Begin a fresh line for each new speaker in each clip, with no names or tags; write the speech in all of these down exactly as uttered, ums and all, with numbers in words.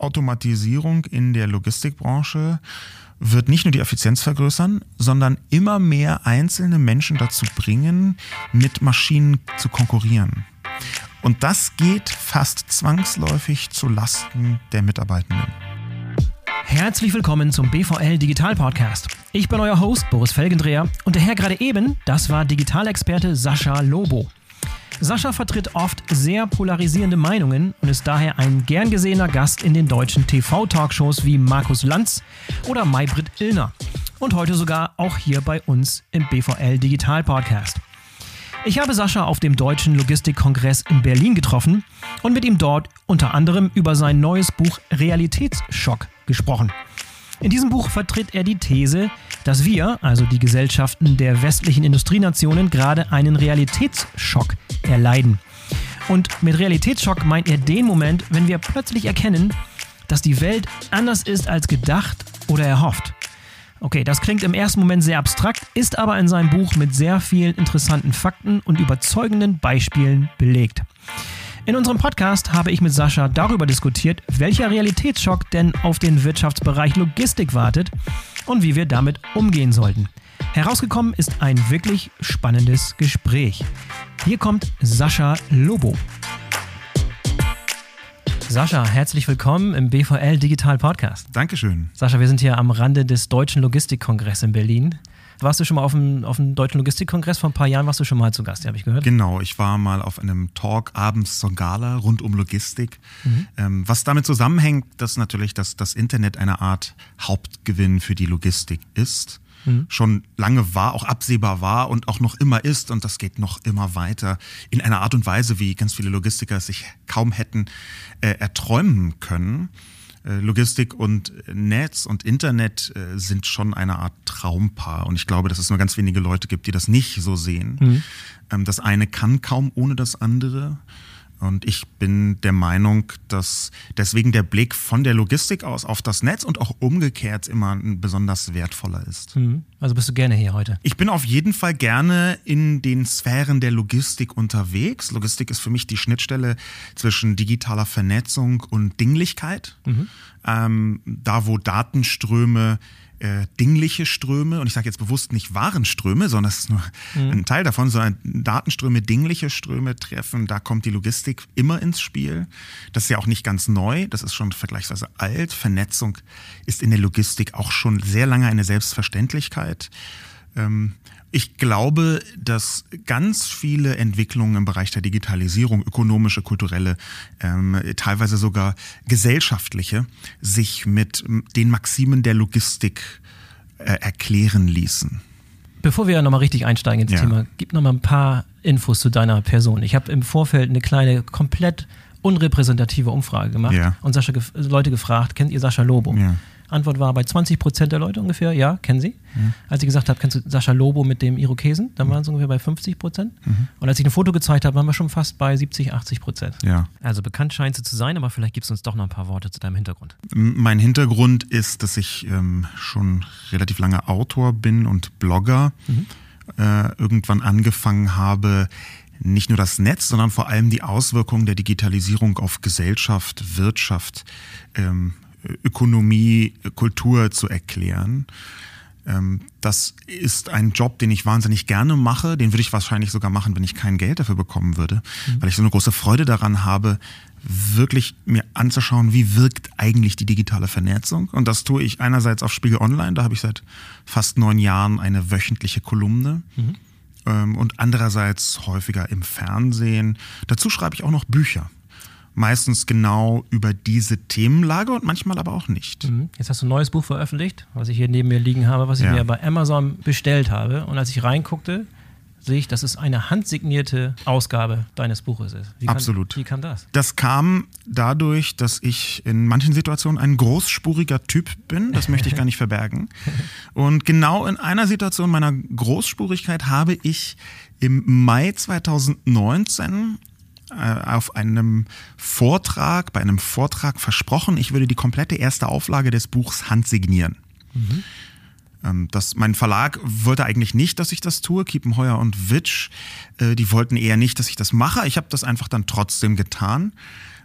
Automatisierung in der Logistikbranche wird nicht nur die Effizienz vergrößern, sondern immer mehr einzelne Menschen dazu bringen, mit Maschinen zu konkurrieren. Und das geht fast zwangsläufig zu Lasten der Mitarbeitenden.
Herzlich willkommen zum B V L Digital Podcast. Ich bin euer Host Boris Felgendreher und der Herr gerade eben, das war Digitalexperte Sascha Lobo. Sascha vertritt oft sehr polarisierende Meinungen und ist daher ein gern gesehener Gast in den deutschen T V-Talkshows wie Markus Lanz oder Maybrit Illner. Und heute sogar auch hier bei uns im B V L Digital Podcast. Ich habe Sascha auf dem Deutschen Logistikkongress in Berlin getroffen und mit ihm dort unter anderem über sein neues Buch Realitätsschock gesprochen. In diesem Buch vertritt er die These, dass wir, also die Gesellschaften der westlichen Industrienationen, gerade einen Realitätsschock erleiden. Und mit Realitätsschock meint er den Moment, wenn wir plötzlich erkennen, dass die Welt anders ist als gedacht oder erhofft. Okay, das klingt im ersten Moment sehr abstrakt, ist aber in seinem Buch mit sehr vielen interessanten Fakten und überzeugenden Beispielen belegt. In unserem Podcast habe ich mit Sascha darüber diskutiert, welcher Realitätsschock denn auf den Wirtschaftsbereich Logistik wartet und wie wir damit umgehen sollten. Herausgekommen ist ein wirklich spannendes Gespräch. Hier kommt Sascha Lobo. Sascha, herzlich willkommen im B V L Digital Podcast.
Dankeschön.
Sascha, wir sind hier am Rande des Deutschen Logistikkongresses in Berlin. Warst du schon mal auf dem, auf dem Deutschen Logistikkongress? Vor ein paar Jahren warst du schon mal zu Gast, habe ich gehört.
Genau, ich war mal auf einem Talk abends zur Gala rund um Logistik. Mhm. Ähm, was damit zusammenhängt, dass natürlich das, das Internet eine Art Hauptgewinn für die Logistik ist. Mhm. Schon lange war, auch absehbar war und auch noch immer ist. Und das geht noch immer weiter in einer Art und Weise, wie ganz viele Logistiker es sich kaum hätten äh, erträumen können. Logistik und Netz und Internet sind schon eine Art Traumpaar. Und ich glaube, dass es nur ganz wenige Leute gibt, die das nicht so sehen. Mhm. Das eine kann kaum ohne das andere. Und ich bin der Meinung, dass deswegen der Blick von der Logistik aus auf das Netz und auch umgekehrt immer ein besonders wertvoller ist.
Mhm. Also bist du gerne hier heute?
Ich bin auf jeden Fall gerne in den Sphären der Logistik unterwegs. Logistik ist für mich die Schnittstelle zwischen digitaler Vernetzung und Dinglichkeit. Mhm. Ähm, da, wo Datenströme Äh, dingliche Ströme, und ich sage jetzt bewusst nicht Warenströme, sondern das ist nur mhm. ein Teil davon, sondern Datenströme, dingliche Ströme treffen, da kommt die Logistik immer ins Spiel. Das ist ja auch nicht ganz neu, das ist schon vergleichsweise alt. Vernetzung ist in der Logistik auch schon sehr lange eine Selbstverständlichkeit. Ähm, Ich glaube, dass ganz viele Entwicklungen im Bereich der Digitalisierung, ökonomische, kulturelle, ähm, teilweise sogar gesellschaftliche, sich mit den Maximen der Logistik äh, erklären ließen.
Bevor wir nochmal richtig einsteigen ins ja. Thema, gib nochmal ein paar Infos zu deiner Person. Ich habe im Vorfeld eine kleine, komplett unrepräsentative Umfrage gemacht ja. und Sascha gef- Leute gefragt, kennt ihr Sascha Lobo? Ja. Antwort war bei zwanzig Prozent der Leute ungefähr, ja, kennen sie. Mhm. Als ich gesagt habe, kennst du Sascha Lobo mit dem Irokesen, dann waren es ungefähr bei fünfzig Prozent. Mhm. Und als ich ein Foto gezeigt habe, waren wir schon fast bei siebzig, achtzig Prozent.
Ja.
Also bekannt scheinst du zu sein, aber vielleicht gibst du uns doch noch ein paar Worte zu deinem Hintergrund.
Mein Hintergrund ist, dass ich ähm, schon relativ lange Autor bin und Blogger. Mhm. Äh, irgendwann angefangen habe, nicht nur das Netz, sondern vor allem die Auswirkungen der Digitalisierung auf Gesellschaft, Wirtschaft, ähm, Ökonomie, Kultur zu erklären. Das ist ein Job, den ich wahnsinnig gerne mache. Den würde ich wahrscheinlich sogar machen, wenn ich kein Geld dafür bekommen würde, mhm. weil ich so eine große Freude daran habe, wirklich mir anzuschauen, wie wirkt eigentlich die digitale Vernetzung. Und das tue ich einerseits auf Spiegel Online, da habe ich seit fast neun Jahren eine wöchentliche Kolumne. Mhm. Und andererseits häufiger im Fernsehen. Dazu schreibe ich auch noch Bücher. Meistens genau über diese Themenlage und manchmal aber auch nicht.
Jetzt hast du ein neues Buch veröffentlicht, was ich hier neben mir liegen habe, was ich ja. mir bei Amazon bestellt habe. Und als ich reinguckte, sehe ich, dass es eine handsignierte Ausgabe deines Buches ist. Wie kann,
Absolut.
Wie kam das?
Das kam dadurch, dass ich in manchen Situationen ein großspuriger Typ bin. Das möchte ich gar nicht verbergen. Und genau in einer Situation meiner Großspurigkeit habe ich im Mai zweitausendneunzehn auf einem Vortrag, bei einem Vortrag versprochen, ich würde die komplette erste Auflage des Buchs handsignieren. Mhm. Das, mein Verlag wollte eigentlich nicht, dass ich das tue, Kiepenheuer und Witsch, die wollten eher nicht, dass ich das mache. Ich habe das einfach dann trotzdem getan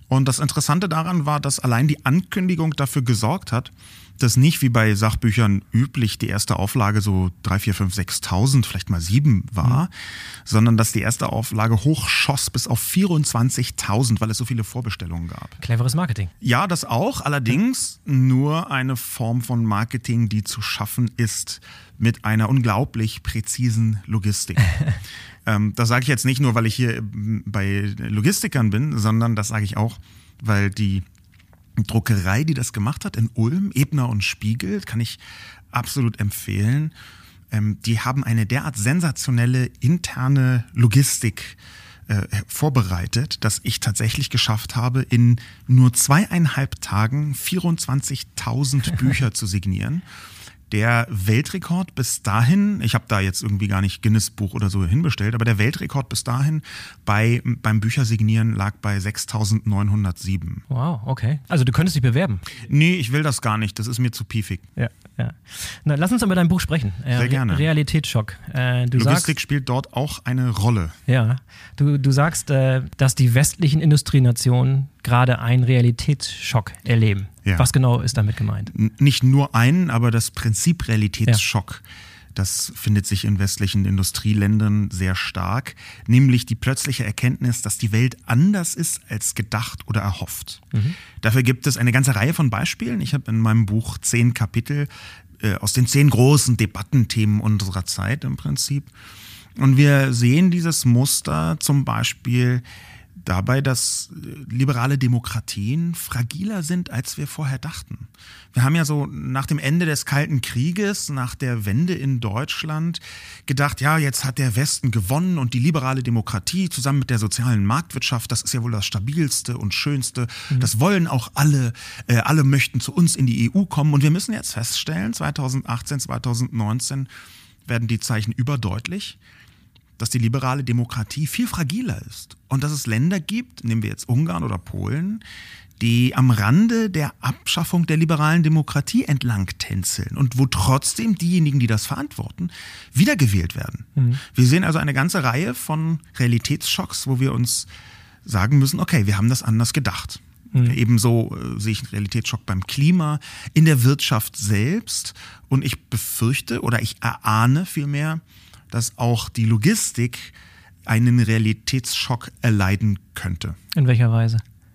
Und das Interessante daran war, dass allein die Ankündigung dafür gesorgt hat, dass nicht wie bei Sachbüchern üblich die erste Auflage so drei, vier, fünf, sechstausend, vielleicht mal sieben war, mhm. sondern dass die erste Auflage hochschoss bis auf vierundzwanzigtausend, weil es so viele Vorbestellungen gab.
Cleveres Marketing.
Ja, das auch, allerdings nur eine Form von Marketing, die zu schaffen ist mit einer unglaublich präzisen Logistik. ähm, das sage ich jetzt nicht nur, weil ich hier bei Logistikern bin, sondern das sage ich auch, weil die Druckerei, die das gemacht hat in Ulm, Ebner und Spiegel, kann ich absolut empfehlen. Ähm, die haben eine derart sensationelle interne Logistik äh, vorbereitet, dass ich tatsächlich geschafft habe, in nur zweieinhalb Tagen vierundzwanzigtausend Bücher zu signieren. Der Weltrekord bis dahin, ich habe da jetzt irgendwie gar nicht Guinness-Buch oder so hinbestellt, aber der Weltrekord bis dahin bei, beim Büchersignieren lag bei sechstausendneunhundertsieben.
Wow, okay. Also du könntest dich bewerben?
Nee, ich will das gar nicht, das ist mir zu piefig.
Ja, ja. Na, lass uns über dein Buch sprechen. Äh,
Sehr gerne.
Re- Realitätsschock. Äh, du
Logistik
sagst,
spielt dort auch eine Rolle.
Ja, du, du sagst, äh, dass die westlichen Industrienationen gerade einen Realitätsschock erleben.
Ja.
Was genau ist damit gemeint?
N- nicht nur einen, aber das Prinzip Realitätsschock, ja. das findet sich in westlichen Industrieländern sehr stark, nämlich die plötzliche Erkenntnis, dass die Welt anders ist als gedacht oder erhofft. Mhm. Dafür gibt es eine ganze Reihe von Beispielen. Ich habe in meinem Buch zehn Kapitel äh, aus den zehn großen Debattenthemen unserer Zeit im Prinzip. Und wir sehen dieses Muster zum Beispiel dabei, dass liberale Demokratien fragiler sind, als wir vorher dachten. Wir haben ja so nach dem Ende des Kalten Krieges, nach der Wende in Deutschland gedacht, ja, jetzt hat der Westen gewonnen und die liberale Demokratie zusammen mit der sozialen Marktwirtschaft, das ist ja wohl das stabilste und schönste. Mhm. Das wollen auch alle. Äh, alle möchten zu uns in die E U kommen. Und wir müssen jetzt feststellen, zweitausendachtzehn, zweitausendneunzehn werden die Zeichen überdeutlich, dass die liberale Demokratie viel fragiler ist und dass es Länder gibt, nehmen wir jetzt Ungarn oder Polen, die am Rande der Abschaffung der liberalen Demokratie entlang tänzeln und wo trotzdem diejenigen, die das verantworten, wiedergewählt werden. Mhm. Wir sehen also eine ganze Reihe von Realitätsschocks, wo wir uns sagen müssen, okay, wir haben das anders gedacht. Mhm. Ebenso äh, sehe ich einen Realitätsschock beim Klima, in der Wirtschaft selbst und ich befürchte oder ich erahne vielmehr, dass auch die Logistik einen Realitätsschock erleiden könnte.
In welcher Weise?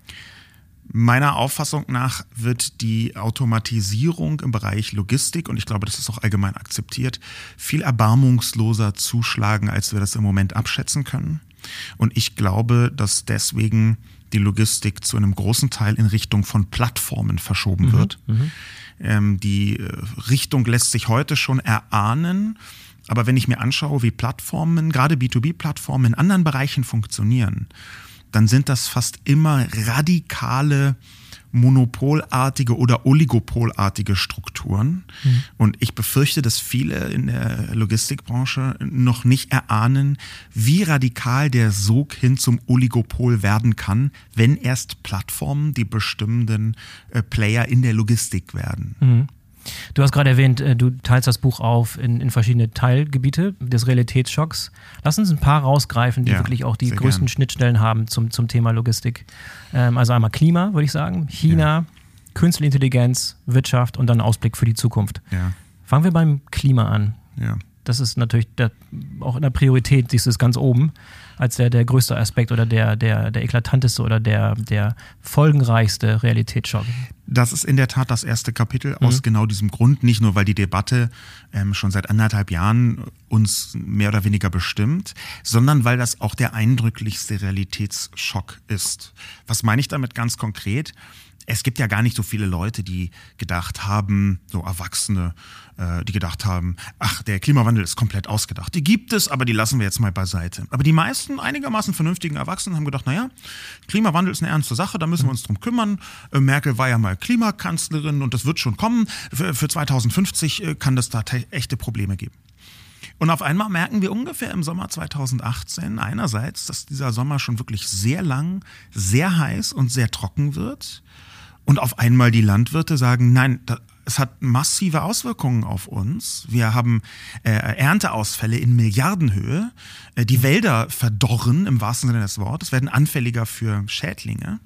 Meiner Auffassung nach wird die Automatisierung im Bereich Logistik, und ich glaube, das ist auch allgemein akzeptiert, viel erbarmungsloser zuschlagen, als wir das im Moment abschätzen können. Und ich glaube, dass deswegen die Logistik zu einem großen Teil in Richtung von Plattformen verschoben mhm, wird. Mhm. Ähm, die Richtung lässt sich heute schon erahnen. Aber wenn ich mir anschaue, wie Plattformen, gerade B zwei B-Plattformen in anderen Bereichen funktionieren, dann sind das fast immer radikale, monopolartige oder oligopolartige Strukturen. Mhm. Und ich befürchte, dass viele in der Logistikbranche noch nicht erahnen, wie radikal der Sog hin zum Oligopol werden kann, wenn erst Plattformen die bestimmenden äh, Player in der Logistik werden.
Mhm. Du hast gerade erwähnt, du teilst das Buch auf in, in verschiedene Teilgebiete des Realitätsschocks. Lass uns ein paar rausgreifen, die ja, wirklich auch die größten gern. Schnittstellen haben zum, zum Thema Logistik. Ähm, also einmal Klima, würde ich sagen, China, ja. Künstliche Intelligenz, Wirtschaft und dann Ausblick für die Zukunft.
Ja.
Fangen wir beim Klima an.
Ja.
Das ist natürlich der, auch in der Priorität, siehst du es ganz oben, als der, der größte Aspekt oder der, der, der eklatanteste oder der, der folgenreichste Realitätsschock.
Das ist in der Tat das erste Kapitel aus mhm. genau diesem Grund. Nicht nur, weil die Debatte ähm, schon seit anderthalb Jahren uns mehr oder weniger bestimmt, sondern weil das auch der eindrücklichste Realitätsschock ist. Was meine ich damit ganz konkret? Es gibt ja gar nicht so viele Leute, die gedacht haben, so Erwachsene, äh, die gedacht haben, ach, der Klimawandel ist komplett ausgedacht. Die gibt es, aber die lassen wir jetzt mal beiseite. Aber die meisten einigermaßen vernünftigen Erwachsenen haben gedacht, naja, Klimawandel ist eine ernste Sache, da müssen wir uns drum kümmern. Äh, Merkel war ja mal Klimakanzlerin und das wird schon kommen. Für, für zweitausendfünfzig äh, kann das da te- echte Probleme geben. Und auf einmal merken wir ungefähr im Sommer zweitausendachtzehn einerseits, dass dieser Sommer schon wirklich sehr lang, sehr heiß und sehr trocken wird. Und auf einmal die Landwirte sagen, nein, da, es hat massive Auswirkungen auf uns. Wir haben äh, Ernteausfälle in Milliardenhöhe. Äh, die Wälder verdorren im wahrsten Sinne des Wortes, werden anfälliger für Schädlinge.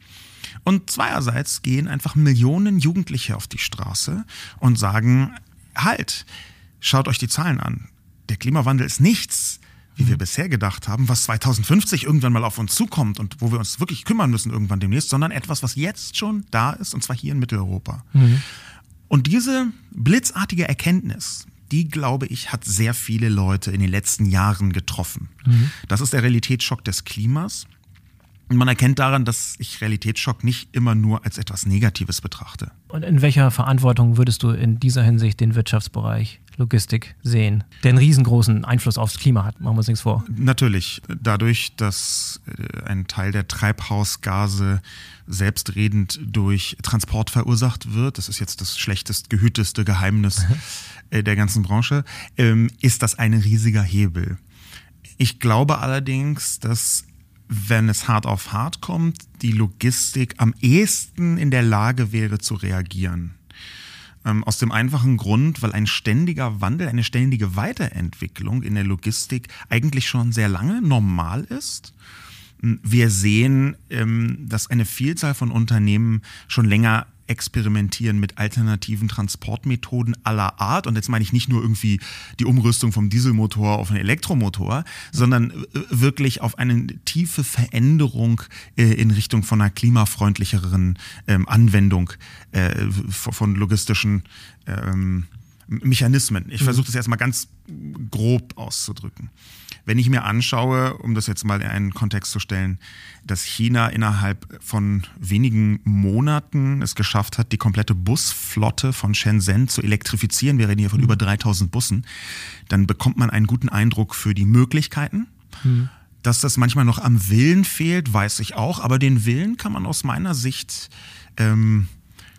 Und zweierseits gehen einfach Millionen Jugendliche auf die Straße und sagen, halt, schaut euch die Zahlen an. Der Klimawandel ist nichts, wie mhm. wir bisher gedacht haben, was zweitausendfünfzig irgendwann mal auf uns zukommt und wo wir uns wirklich kümmern müssen irgendwann demnächst, sondern etwas, was jetzt schon da ist, und zwar hier in Mitteleuropa. Mhm. Und diese blitzartige Erkenntnis, die, glaube ich, hat sehr viele Leute in den letzten Jahren getroffen. Mhm. Das ist der Realitätsschock des Klimas. Und man erkennt daran, dass ich Realitätsschock nicht immer nur als etwas Negatives betrachte.
Und in welcher Verantwortung würdest du in dieser Hinsicht den Wirtschaftsbereich Logistik sehen, der einen riesengroßen Einfluss aufs Klima hat? Machen wir uns nichts vor.
Natürlich. Dadurch, dass ein Teil der Treibhausgase selbstredend durch Transport verursacht wird, das ist jetzt das schlechtest gehüteste Geheimnis der ganzen Branche, ist das ein riesiger Hebel. Ich glaube allerdings, dass, wenn es hart auf hart kommt, die Logistik am ehesten in der Lage wäre zu reagieren. Ähm, aus dem einfachen Grund, weil ein ständiger Wandel, eine ständige Weiterentwicklung in der Logistik eigentlich schon sehr lange normal ist. Wir sehen, ähm, dass eine Vielzahl von Unternehmen schon länger experimentieren mit alternativen Transportmethoden aller Art. Und jetzt meine ich nicht nur irgendwie die Umrüstung vom Dieselmotor auf einen Elektromotor, sondern wirklich auf eine tiefe Veränderung äh, in Richtung von einer klimafreundlicheren ähm, Anwendung äh, von logistischen ähm, Mechanismen. Ich versuche das jetzt mal ganz grob auszudrücken. Wenn ich mir anschaue, um das jetzt mal in einen Kontext zu stellen, dass China innerhalb von wenigen Monaten es geschafft hat, die komplette Busflotte von Shenzhen zu elektrifizieren, wir reden hier von mhm. über dreitausend Bussen, dann bekommt man einen guten Eindruck für die Möglichkeiten. Mhm. Dass das manchmal noch am Willen fehlt, weiß ich auch, aber den Willen kann man aus meiner Sicht ähm,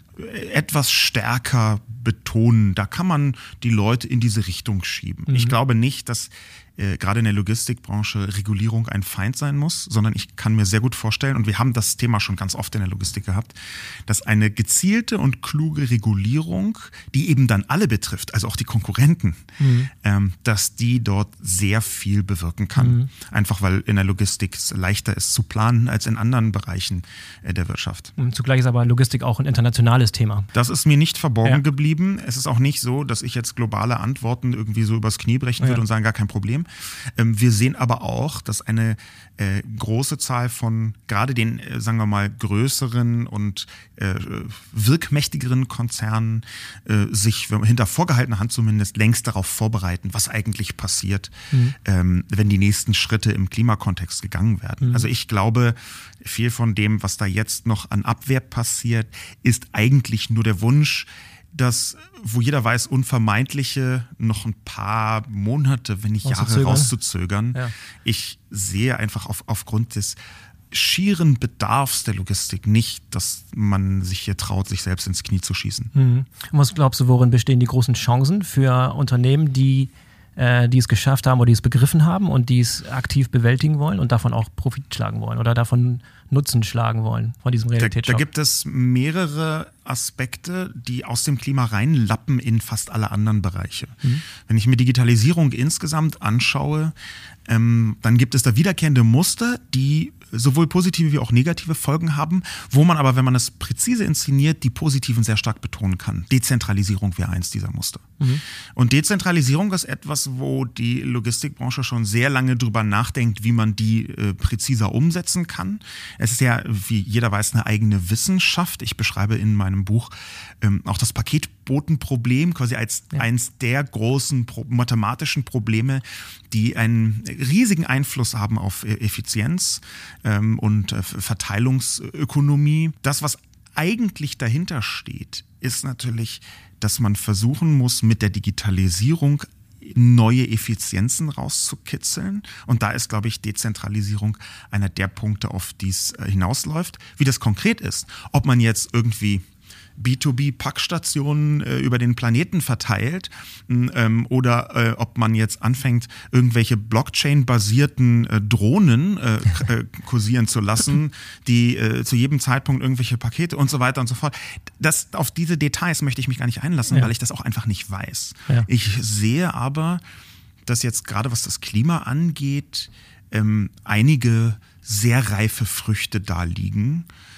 etwas stärker betonen. Da kann man die Leute in diese Richtung schieben. Mhm. Ich glaube nicht, dass äh, gerade in der Logistikbranche Regulierung ein Feind sein muss, sondern ich kann mir sehr gut vorstellen, und wir haben das Thema schon ganz oft in der Logistik gehabt, dass eine gezielte und kluge Regulierung, die eben dann alle betrifft, also auch die Konkurrenten, mhm. ähm, dass die dort sehr viel bewirken kann. Mhm. Einfach weil in der Logistik es leichter ist zu planen als in anderen Bereichen äh, der Wirtschaft.
Und zugleich ist aber Logistik auch ein internationales Thema.
Das ist mir nicht verborgen ja. geblieben. Es ist auch nicht so, dass ich jetzt globale Antworten irgendwie so übers Knie brechen würde ja. und sagen, gar kein Problem. Ähm, wir sehen aber auch, dass eine äh, große Zahl von gerade den, äh, sagen wir mal, größeren und äh, wirkmächtigeren Konzernen äh, sich hinter vorgehaltener Hand zumindest längst darauf vorbereiten, was eigentlich passiert, mhm. ähm, wenn die nächsten Schritte im Klimakontext gegangen werden. Mhm. Also ich glaube, viel von dem, was da jetzt noch an Abwehr passiert, ist eigentlich nur der Wunsch, dass, wo jeder weiß, Unvermeidliche noch ein paar Monate, wenn nicht Jahre rauszuzögern. Ja. Ich sehe einfach auf, aufgrund des schieren Bedarfs der Logistik nicht, dass man sich hier traut, sich selbst ins Knie zu schießen.
Mhm. Was glaubst du, worin bestehen die großen Chancen für Unternehmen, die äh, die es geschafft haben oder die es begriffen haben und die es aktiv bewältigen wollen und davon auch Profit schlagen wollen oder davon Nutzen schlagen wollen von diesem Realitätsschock?
Da, da gibt es mehrere Aspekte, die aus dem Klima reinlappen in fast alle anderen Bereiche. Mhm. Wenn ich mir Digitalisierung insgesamt anschaue, ähm, dann gibt es da wiederkehrende Muster, die sowohl positive wie auch negative Folgen haben, wo man aber, wenn man es präzise inszeniert, die positiven sehr stark betonen kann. Dezentralisierung wäre eins dieser Muster. Mhm. Und Dezentralisierung ist etwas, wo die Logistikbranche schon sehr lange drüber nachdenkt, wie man die äh, präziser umsetzen kann. Es ist ja, wie jeder weiß, eine eigene Wissenschaft. Ich beschreibe in meinem Buch ähm, auch das Paketbotenproblem quasi als ja. eins der großen pro- mathematischen Probleme, die einen riesigen Einfluss haben auf Effizienz ähm, und äh, Verteilungsökonomie. Das, was eigentlich dahinter steht, ist natürlich, dass man versuchen muss, mit der Digitalisierung neue Effizienzen rauszukitzeln. Und da ist, glaube ich, Dezentralisierung einer der Punkte, auf die es hinausläuft. Wie das konkret ist, ob man jetzt irgendwie B zwei B-Packstationen äh, über den Planeten verteilt ähm, oder äh, ob man jetzt anfängt, irgendwelche Blockchain-basierten äh, Drohnen äh, äh, kursieren zu lassen, die äh, zu jedem Zeitpunkt irgendwelche Pakete und so weiter und so fort. Das, auf diese Details möchte ich mich gar nicht einlassen, ja. weil ich das auch einfach nicht weiß. Ja. Ich sehe aber, dass jetzt gerade was das Klima angeht, ähm, einige sehr reife Früchte da liegen,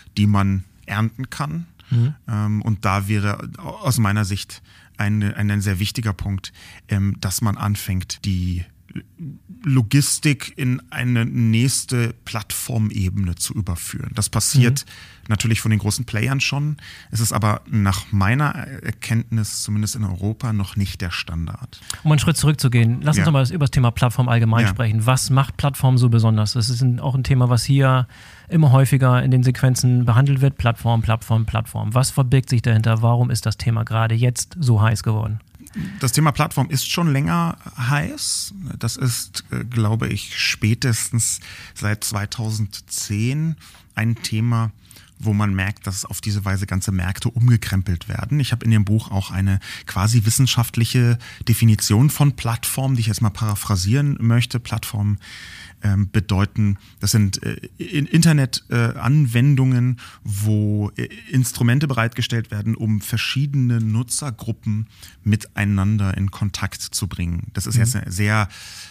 die man ernten kann. Mhm. Ähm, und da wäre aus meiner Sicht ein, ein sehr wichtiger Punkt, ähm, dass man anfängt, die Logistik in eine nächste Plattformebene zu überführen. Das passiert mhm. natürlich von den großen Playern schon. Es ist aber nach meiner Erkenntnis, zumindest in Europa, noch nicht der Standard.
Um einen Schritt zurückzugehen, lass uns ja. noch mal über das Thema Plattform allgemein ja. sprechen. Was macht Plattform so besonders? Das ist ein, auch ein Thema, was hier immer häufiger in den Sequenzen behandelt wird. Plattform, Plattform, Plattform. Was verbirgt sich dahinter? Warum ist das Thema gerade jetzt so heiß geworden?
Das Thema Plattform ist schon länger heiß. Das ist, glaube ich, spätestens seit zweitausendzehn ein Thema, wo man merkt, dass auf diese Weise ganze Märkte umgekrempelt werden. Ich habe in dem Buch auch eine quasi wissenschaftliche Definition von Plattform, die ich jetzt mal paraphrasieren möchte. Plattform ähm, bedeuten, das sind äh, Internetanwendungen, äh, wo äh, Instrumente bereitgestellt werden, um verschiedene Nutzergruppen miteinander in Kontakt zu bringen. Das ist mhm. jetzt eine sehr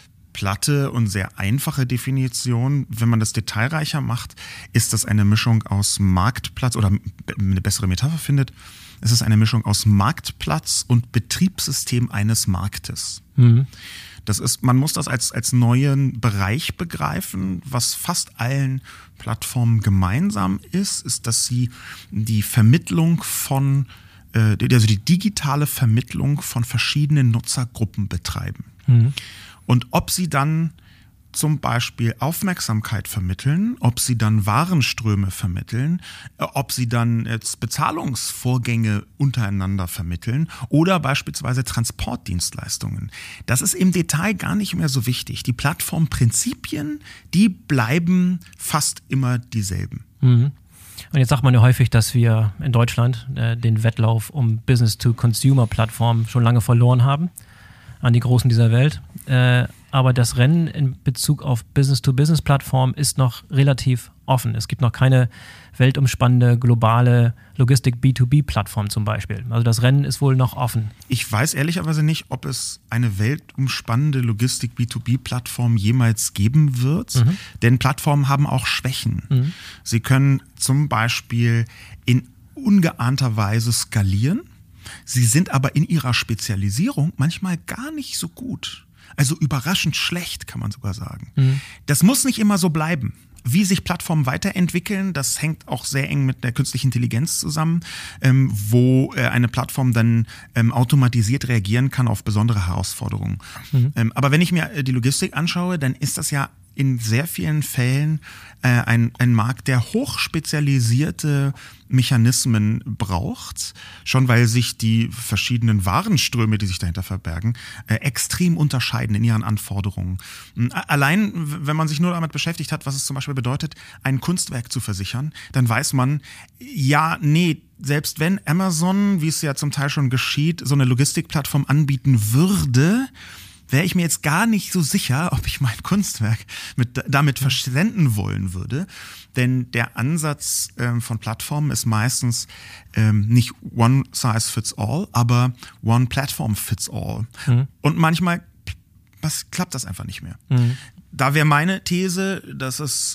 platte und sehr einfache Definition. Wenn man das detailreicher macht, ist das eine Mischung aus Marktplatz oder eine bessere Metapher findet. Es ist eine Mischung aus Marktplatz und Betriebssystem eines Marktes. Mhm. Das ist, man muss das als, als neuen Bereich begreifen. Was fast allen Plattformen gemeinsam ist, ist, dass sie die Vermittlung von, äh, also die digitale Vermittlung von verschiedenen Nutzergruppen betreiben. Mhm. Und ob sie dann zum Beispiel Aufmerksamkeit vermitteln, ob sie dann Warenströme vermitteln, ob sie dann jetzt Bezahlungsvorgänge untereinander vermitteln oder beispielsweise Transportdienstleistungen. Das ist im Detail gar nicht mehr so wichtig. Die Plattformprinzipien, die bleiben fast immer dieselben.
Mhm. Und jetzt sagt man ja häufig, dass wir in Deutschland äh, den Wettlauf um Business-to-Consumer-Plattformen schon lange verloren haben an die Großen dieser Welt. Äh, aber das Rennen in Bezug auf Business-to-Business-Plattformen ist noch relativ offen. Es gibt noch keine weltumspannende globale Logistik-B zwei B-Plattform zum Beispiel. Also das Rennen ist wohl noch offen.
Ich weiß ehrlicherweise nicht, ob es eine weltumspannende Logistik-B zwei B-Plattform jemals geben wird, mhm. denn Plattformen haben auch Schwächen. Mhm. Sie können zum Beispiel in ungeahnter Weise skalieren. Sie sind aber in ihrer Spezialisierung manchmal gar nicht so gut. Also überraschend schlecht, kann man sogar sagen. Mhm. Das muss nicht immer so bleiben. Wie sich Plattformen weiterentwickeln, das hängt auch sehr eng mit der künstlichen Intelligenz zusammen, ähm, wo äh, eine Plattform dann ähm, automatisiert reagieren kann auf besondere Herausforderungen. Mhm. Ähm, aber wenn ich mir äh, die Logistik anschaue, dann ist das ja in sehr vielen Fällen äh, ein, ein Markt, der hochspezialisierte Mechanismen braucht, schon weil sich die verschiedenen Warenströme, die sich dahinter verbergen, äh, extrem unterscheiden in ihren Anforderungen. Allein, wenn man sich nur damit beschäftigt hat, was es zum Beispiel bedeutet, ein Kunstwerk zu versichern, dann weiß man, ja, nee, selbst wenn Amazon, wie es ja zum Teil schon geschieht, so eine Logistikplattform anbieten würde, wäre ich mir jetzt gar nicht so sicher, ob ich mein Kunstwerk mit, damit versenden wollen würde. Denn der Ansatz ähm, von Plattformen ist meistens ähm, nicht one size fits all, aber one platform fits all. Mhm. Und manchmal was, klappt das einfach nicht mehr. Mhm. Da wäre meine These, dass es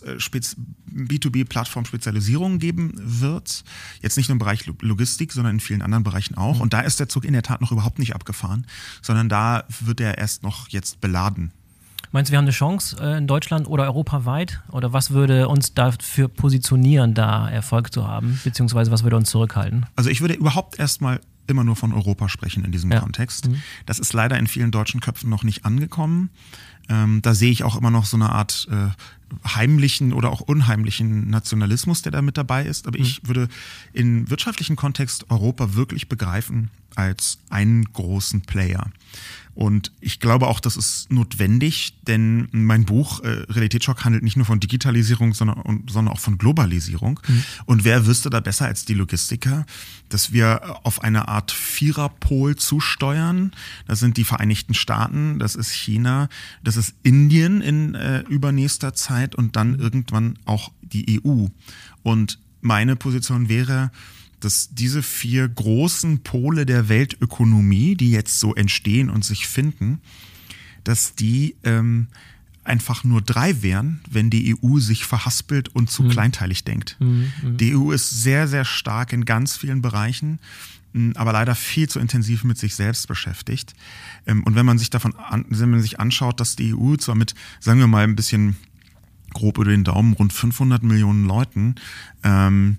B zwei B-Plattform-Spezialisierung geben wird. Jetzt nicht nur im Bereich Logistik, sondern in vielen anderen Bereichen auch. Mhm. Und da ist der Zug in der Tat noch überhaupt nicht abgefahren, sondern da wird er erst noch jetzt beladen.
Meinst du, wir haben eine Chance äh, in Deutschland oder europaweit? Oder was würde uns dafür positionieren, da Erfolg zu haben? Beziehungsweise was würde uns zurückhalten?
Also ich würde überhaupt erstmal immer nur von Europa sprechen in diesem ja. Kontext. Mhm. Das ist leider in vielen deutschen Köpfen noch nicht angekommen. Ähm, da sehe ich auch immer noch so eine Art äh, heimlichen oder auch unheimlichen Nationalismus, der da mit dabei ist. Aber mhm. ich würde im wirtschaftlichen Kontext Europa wirklich begreifen als einen großen Player. Und ich glaube auch, das ist notwendig, denn mein Buch äh, Realitätsschock handelt nicht nur von Digitalisierung, sondern, sondern auch von Globalisierung. Mhm. Und wer wüsste da besser als die Logistiker, dass wir auf eine Art Viererpol zusteuern? Das sind die Vereinigten Staaten, das ist China, das ist Indien in äh, übernächster Zeit und dann irgendwann auch die E U. Und meine Position wäre, dass diese vier großen Pole der Weltökonomie, die jetzt so entstehen und sich finden, dass die ähm, einfach nur drei wären, wenn die E U sich verhaspelt und zu mhm. kleinteilig denkt. Mhm. Die E U ist sehr, sehr stark in ganz vielen Bereichen, aber leider viel zu intensiv mit sich selbst beschäftigt. Und wenn man sich davon an, wenn man sich anschaut, dass die E U zwar mit, sagen wir mal, ein bisschen grob über den Daumen rund fünfhundert Millionen Leuten ähm,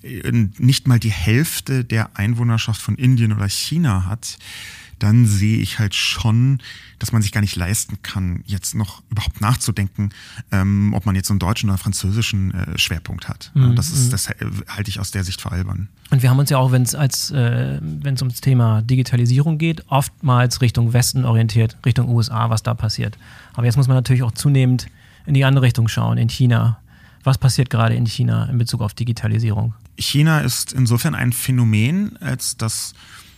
nicht mal die Hälfte der Einwohnerschaft von Indien oder China hat, dann sehe ich halt schon, dass man sich gar nicht leisten kann, jetzt noch überhaupt nachzudenken, ähm, ob man jetzt einen deutschen oder französischen äh, Schwerpunkt hat. Mhm. Das ist, das halte ich aus der Sicht für albern.
Und wir haben uns ja auch, wenn es als äh, wenn es ums Thema Digitalisierung geht, oftmals Richtung Westen orientiert, Richtung U S A, was da passiert. Aber jetzt muss man natürlich auch zunehmend in die andere Richtung schauen, in China. Was passiert gerade in China in Bezug auf Digitalisierung?
China ist insofern ein Phänomen, als dass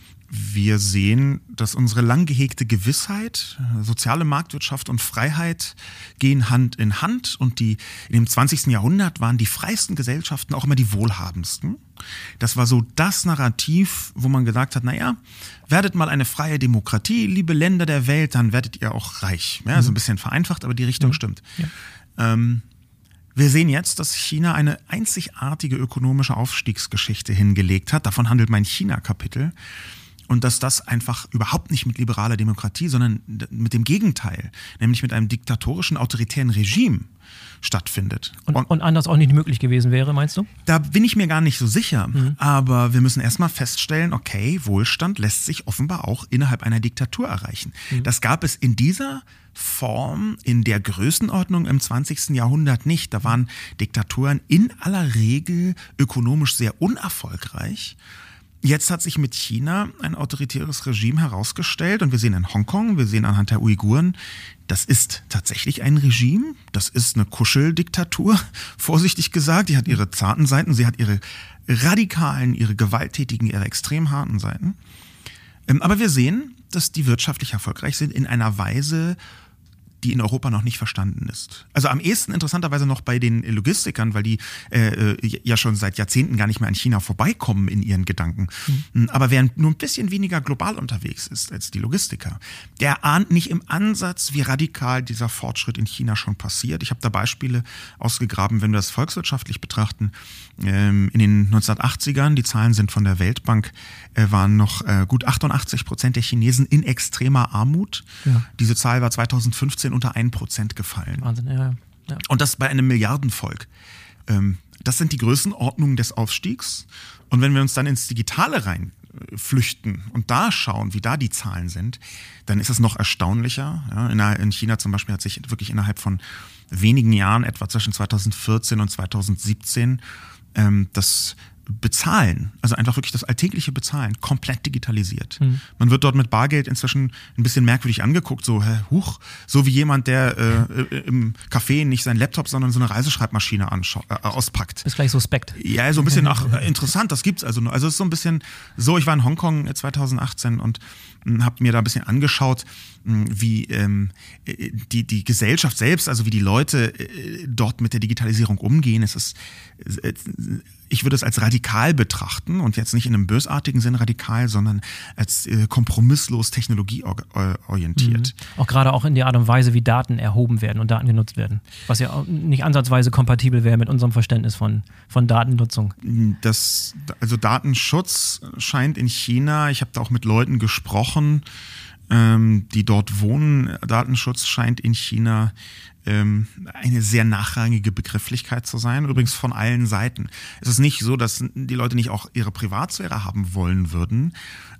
wir sehen, dass unsere lang gehegte Gewissheit, soziale Marktwirtschaft und Freiheit gehen Hand in Hand und die in dem zwanzigsten Jahrhundert waren die freiesten Gesellschaften auch immer die wohlhabendsten. Das war so das Narrativ, wo man gesagt hat, naja, werdet mal eine freie Demokratie, liebe Länder der Welt, dann werdet ihr auch reich. Ja, mhm. so ein bisschen vereinfacht, aber die Richtung mhm. stimmt. Ja. Ähm, Wir sehen jetzt, dass China eine einzigartige ökonomische Aufstiegsgeschichte hingelegt hat. Davon handelt mein China-Kapitel. Und dass das einfach überhaupt nicht mit liberaler Demokratie, sondern mit dem Gegenteil, nämlich mit einem diktatorischen, autoritären Regime stattfindet.
Und, und, und anders auch nicht möglich gewesen wäre, meinst du?
Da bin ich mir gar nicht so sicher. Mhm. Aber wir müssen erstmal feststellen, okay, Wohlstand lässt sich offenbar auch innerhalb einer Diktatur erreichen. Mhm. Das gab es in dieser Form, in der Größenordnung im zwanzigsten Jahrhundert nicht. Da waren Diktaturen in aller Regel ökonomisch sehr unerfolgreich. Jetzt hat sich mit China ein autoritäres Regime herausgestellt und wir sehen in Hongkong, wir sehen anhand der Uiguren, das ist tatsächlich ein Regime, das ist eine Kuscheldiktatur, vorsichtig gesagt, die hat ihre zarten Seiten, sie hat ihre radikalen, ihre gewalttätigen, ihre extrem harten Seiten. Aber wir sehen, dass die wirtschaftlich erfolgreich sind in einer Weise, die in Europa noch nicht verstanden ist. Also am ehesten interessanterweise noch bei den Logistikern, weil die äh, ja schon seit Jahrzehnten gar nicht mehr an China vorbeikommen in ihren Gedanken. Mhm. Aber wer nur ein bisschen weniger global unterwegs ist als die Logistiker, der ahnt nicht im Ansatz, wie radikal dieser Fortschritt in China schon passiert. Ich habe da Beispiele ausgegraben, wenn wir das volkswirtschaftlich betrachten. Ähm, in den neunzehnhundertachtzigern, die Zahlen sind von der Weltbank, äh, waren noch äh, gut achtundachtzig Prozent der Chinesen in extremer Armut. Ja. Diese Zahl war zweitausendfünfzehn unter ein Prozent gefallen.
Wahnsinn, ja, ja.
Und das bei einem Milliardenvolk. Ähm, das sind die Größenordnungen des Aufstiegs. Und wenn wir uns dann ins Digitale rein äh, flüchten und da schauen, wie da die Zahlen sind, dann ist es noch erstaunlicher. Ja, in, in China zum Beispiel hat sich wirklich innerhalb von wenigen Jahren, etwa zwischen zweitausendvierzehn und zweitausendsiebzehn, ähm, das Bezahlen, also einfach wirklich das alltägliche Bezahlen, komplett digitalisiert. Mhm. Man wird dort mit Bargeld inzwischen ein bisschen merkwürdig angeguckt, so, hä, huch, so wie jemand, der äh, im Café nicht seinen Laptop, sondern so eine Reiseschreibmaschine äh, auspackt.
Ist gleich suspekt.
Ja, so ein bisschen, ach, interessant, das gibt's also nur. Also es ist so ein bisschen so, ich war in Hongkong zweitausendachtzehn und habe mir da ein bisschen angeschaut, wie ähm, die, die Gesellschaft selbst, also wie die Leute äh, dort mit der Digitalisierung umgehen. Es ist, äh, ich würde es als radikal betrachten und jetzt nicht in einem bösartigen Sinn radikal, sondern als äh, kompromisslos technologieorientiert.
Mhm. Auch gerade auch in der Art und Weise, wie Daten erhoben werden und Daten genutzt werden. Was ja auch nicht ansatzweise kompatibel wäre mit unserem Verständnis von, von Datennutzung.
Das, also Datenschutz scheint in China, ich habe da auch mit Leuten gesprochen, ähm, die dort wohnen, Datenschutz scheint in China ähm, eine sehr nachrangige Begrifflichkeit zu sein, übrigens von allen Seiten. Es ist nicht so, dass die Leute nicht auch ihre Privatsphäre haben wollen würden,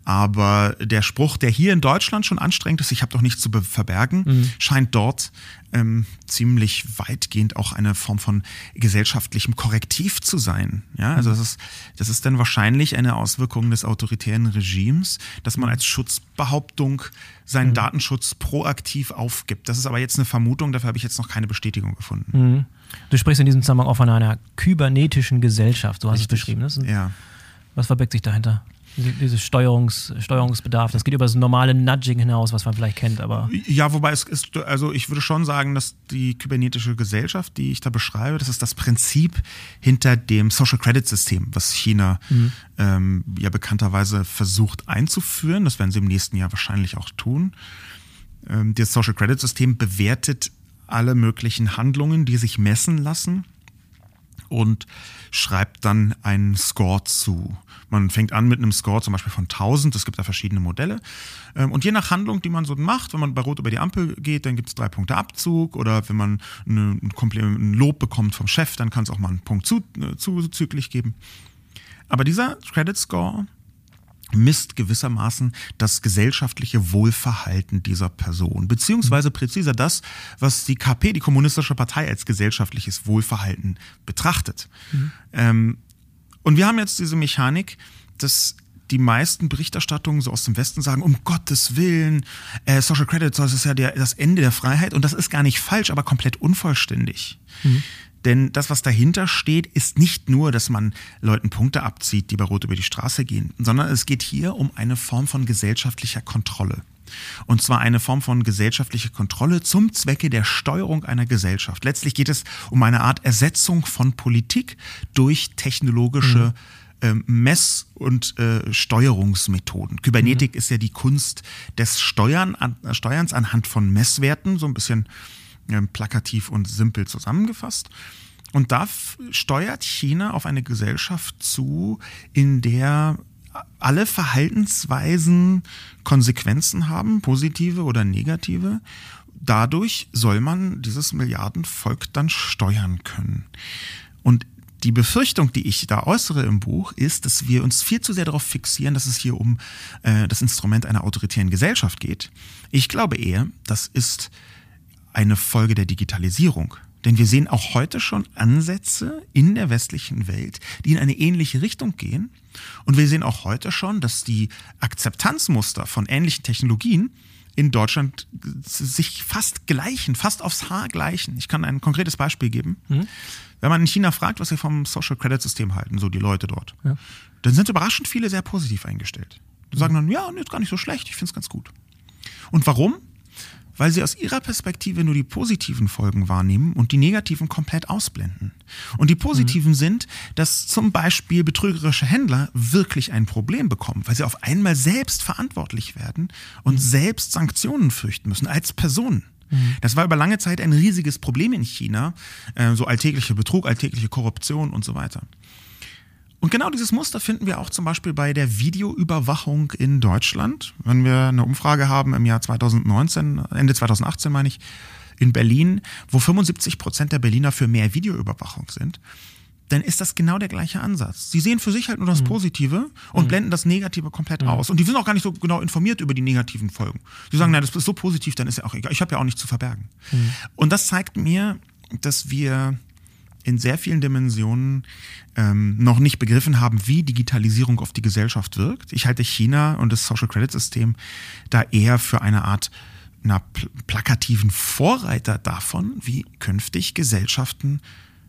aber der Spruch, der hier in Deutschland schon anstrengend ist, ich habe doch nichts zu verbergen, mhm. scheint dort ähm, ziemlich weitgehend auch eine Form von gesellschaftlichem Korrektiv zu sein. Ja, also das ist, das ist dann wahrscheinlich eine Auswirkung des autoritären Regimes, dass man als Schutzbehauptung seinen mhm. Datenschutz proaktiv aufgibt. Das ist aber jetzt eine Vermutung, dafür habe ich jetzt noch keine Bestätigung gefunden.
Mhm. Du sprichst in diesem Zusammenhang auch von einer kybernetischen Gesellschaft, so hast du es beschrieben. Das ist ein,
ja.
Was verbirgt sich dahinter? Dieses Steuerungs, Steuerungsbedarf, das geht über das normale Nudging hinaus, was man vielleicht kennt, aber...
Ja, wobei es ist, also ich würde schon sagen, dass die kybernetische Gesellschaft, die ich da beschreibe, das ist das Prinzip hinter dem Social Credit System, was China mhm. ähm, ja bekannterweise versucht einzuführen. Das werden sie im nächsten Jahr wahrscheinlich auch tun. Ähm, das Social Credit System bewertet alle möglichen Handlungen, die sich messen lassen, und schreibt dann einen Score zu. Man fängt an mit einem Score zum Beispiel von tausend, es gibt da verschiedene Modelle. Und je nach Handlung, die man so macht, wenn man bei Rot über die Ampel geht, dann gibt es drei Punkte Abzug, oder wenn man eine, ein, Kompliment, ein Lob bekommt vom Chef, dann kann es auch mal einen Punkt zu, zuzüglich geben. Aber dieser Credit Score misst gewissermaßen das gesellschaftliche Wohlverhalten dieser Person, beziehungsweise präziser das, was die K P, die Kommunistische Partei, als gesellschaftliches Wohlverhalten betrachtet. Mhm. Ähm, und wir haben jetzt diese Mechanik, dass die meisten Berichterstattungen so aus dem Westen sagen, um Gottes Willen, äh, Social Credit, das ist ja der, das Ende der Freiheit, und das ist gar nicht falsch, aber komplett unvollständig. Mhm. Denn das, was dahinter steht, ist nicht nur, dass man Leuten Punkte abzieht, die bei Rot über die Straße gehen, sondern es geht hier um eine Form von gesellschaftlicher Kontrolle. Und zwar eine Form von gesellschaftlicher Kontrolle zum Zwecke der Steuerung einer Gesellschaft. Letztlich geht es um eine Art Ersetzung von Politik durch technologische mhm. Mess- und äh, Steuerungsmethoden. Kybernetik mhm. ist ja die Kunst des Steuern, an, Steuerns anhand von Messwerten, so ein bisschen plakativ und simpel zusammengefasst. Und da f- steuert China auf eine Gesellschaft zu, in der alle Verhaltensweisen Konsequenzen haben, positive oder negative. Dadurch soll man dieses Milliardenvolk dann steuern können. Und die Befürchtung, die ich da äußere im Buch, ist, dass wir uns viel zu sehr darauf fixieren, dass es hier um äh, das Instrument einer autoritären Gesellschaft geht. Ich glaube eher, das ist eine Folge der Digitalisierung. Denn wir sehen auch heute schon Ansätze in der westlichen Welt, die in eine ähnliche Richtung gehen. Und wir sehen auch heute schon, dass die Akzeptanzmuster von ähnlichen Technologien in Deutschland sich fast gleichen, fast aufs Haar gleichen. Ich kann ein konkretes Beispiel geben. Mhm. Wenn man in China fragt, was sie vom Social Credit System halten, so die Leute dort, ja. dann sind überraschend viele sehr positiv eingestellt. Die mhm. sagen dann, ja, ist gar nicht so schlecht, ich finde es ganz gut. Und warum? Weil sie aus ihrer Perspektive nur die positiven Folgen wahrnehmen und die negativen komplett ausblenden. Und die positiven mhm. sind, dass zum Beispiel betrügerische Händler wirklich ein Problem bekommen, weil sie auf einmal selbst verantwortlich werden und mhm. selbst Sanktionen fürchten müssen als Personen. Mhm. Das war über lange Zeit ein riesiges Problem in China, äh, so alltäglicher Betrug, alltägliche Korruption und so weiter. Und genau dieses Muster finden wir auch zum Beispiel bei der Videoüberwachung in Deutschland. Wenn wir eine Umfrage haben im Jahr zweitausendneunzehn, Ende zweitausendachtzehn meine ich, in Berlin, wo fünfundsiebzig Prozent der Berliner für mehr Videoüberwachung sind, dann ist das genau der gleiche Ansatz. Sie sehen für sich halt nur das Positive und mhm. blenden das Negative komplett mhm. aus. Und die sind auch gar nicht so genau informiert über die negativen Folgen. Sie sagen, na, das ist so positiv, dann ist ja auch egal. Ich habe ja auch nichts zu verbergen. Mhm. Und das zeigt mir, dass wir in sehr vielen Dimensionen ähm, noch nicht begriffen haben, wie Digitalisierung auf die Gesellschaft wirkt. Ich halte China und das Social Credit System da eher für eine Art einer pl- plakativen Vorreiter davon, wie künftig Gesellschaften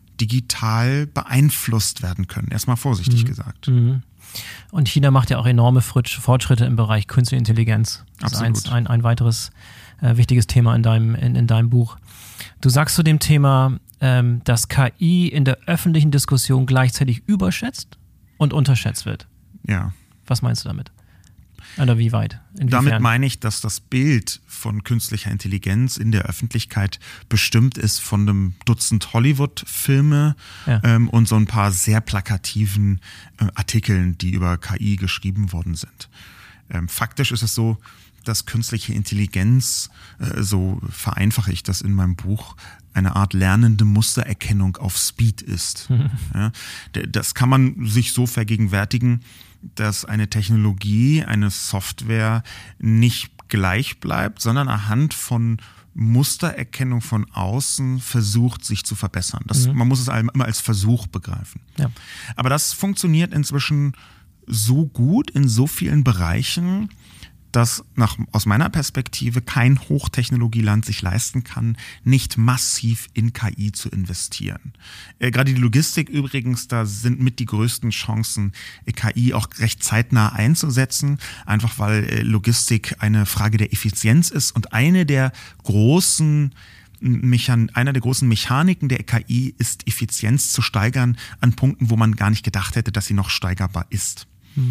digital beeinflusst werden können. Erstmal vorsichtig mhm. gesagt.
Mhm. Und China macht ja auch enorme Fortschritte im Bereich Künstliche Intelligenz. Das Absolut. ist ein, ein weiteres äh, wichtiges Thema in deinem, in, in deinem Buch. Du sagst zu dem Thema, ähm, dass K I in der öffentlichen Diskussion gleichzeitig überschätzt und unterschätzt wird.
Ja.
Was meinst du damit? Oder wie weit? Inwiefern?
Damit meine ich, dass das Bild von künstlicher Intelligenz in der Öffentlichkeit bestimmt ist von einem Dutzend Hollywood-Filme ja. ähm, und so ein paar sehr plakativen äh, Artikeln, die über K I geschrieben worden sind. Ähm, faktisch ist es so, dass künstliche Intelligenz, äh, so vereinfache ich das in meinem Buch, eine Art lernende Mustererkennung auf Speed ist. Mhm. Ja, das kann man sich so vergegenwärtigen, dass eine Technologie, eine Software nicht gleich bleibt, sondern anhand von Mustererkennung von außen versucht, sich zu verbessern. Das, mhm. Man muss es immer als Versuch begreifen. Ja. Aber das funktioniert inzwischen so gut in so vielen Bereichen, dass nach, aus meiner Perspektive kein Hochtechnologieland sich leisten kann, nicht massiv in K I zu investieren. Äh, gerade die Logistik übrigens, da sind mit die größten Chancen, K I auch recht zeitnah einzusetzen, einfach weil äh, Logistik eine Frage der Effizienz ist und eine der großen Mechan- einer der großen Mechaniken der K I ist, Effizienz zu steigern an Punkten, wo man gar nicht gedacht hätte, dass sie noch steigerbar ist. Mhm.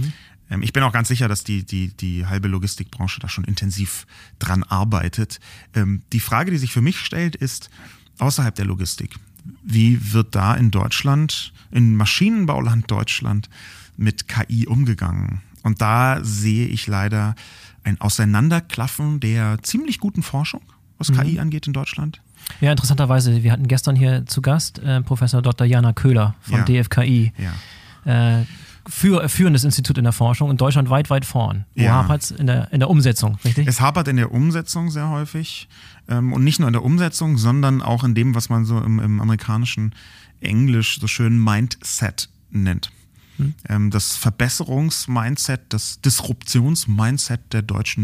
Ähm, ich bin auch ganz sicher, dass die, die, die halbe Logistikbranche da schon intensiv dran arbeitet. Ähm, die Frage, die sich für mich stellt, ist, außerhalb der Logistik, wie wird da in Deutschland, in Maschinenbauland Deutschland, mit K I umgegangen? Und da sehe ich leider ein Auseinanderklaffen der ziemlich guten Forschung, was mhm. K I angeht in Deutschland.
Ja, interessanterweise, wir hatten gestern hier zu Gast äh, Professor Doktor Jana Köhler vom
ja.
D F K I.
Ja.
Äh, für, führendes Institut in der Forschung, in Deutschland weit, weit vorn. Wo
ja.
hapert es in der, in der Umsetzung, richtig?
Es hapert in der Umsetzung sehr häufig. Ähm, und nicht nur in der Umsetzung, sondern auch in dem, was man so im, im amerikanischen Englisch so schön Mindset nennt. Hm. Ähm, das Verbesserungs-Mindset, das Disruptions-Mindset der deutschen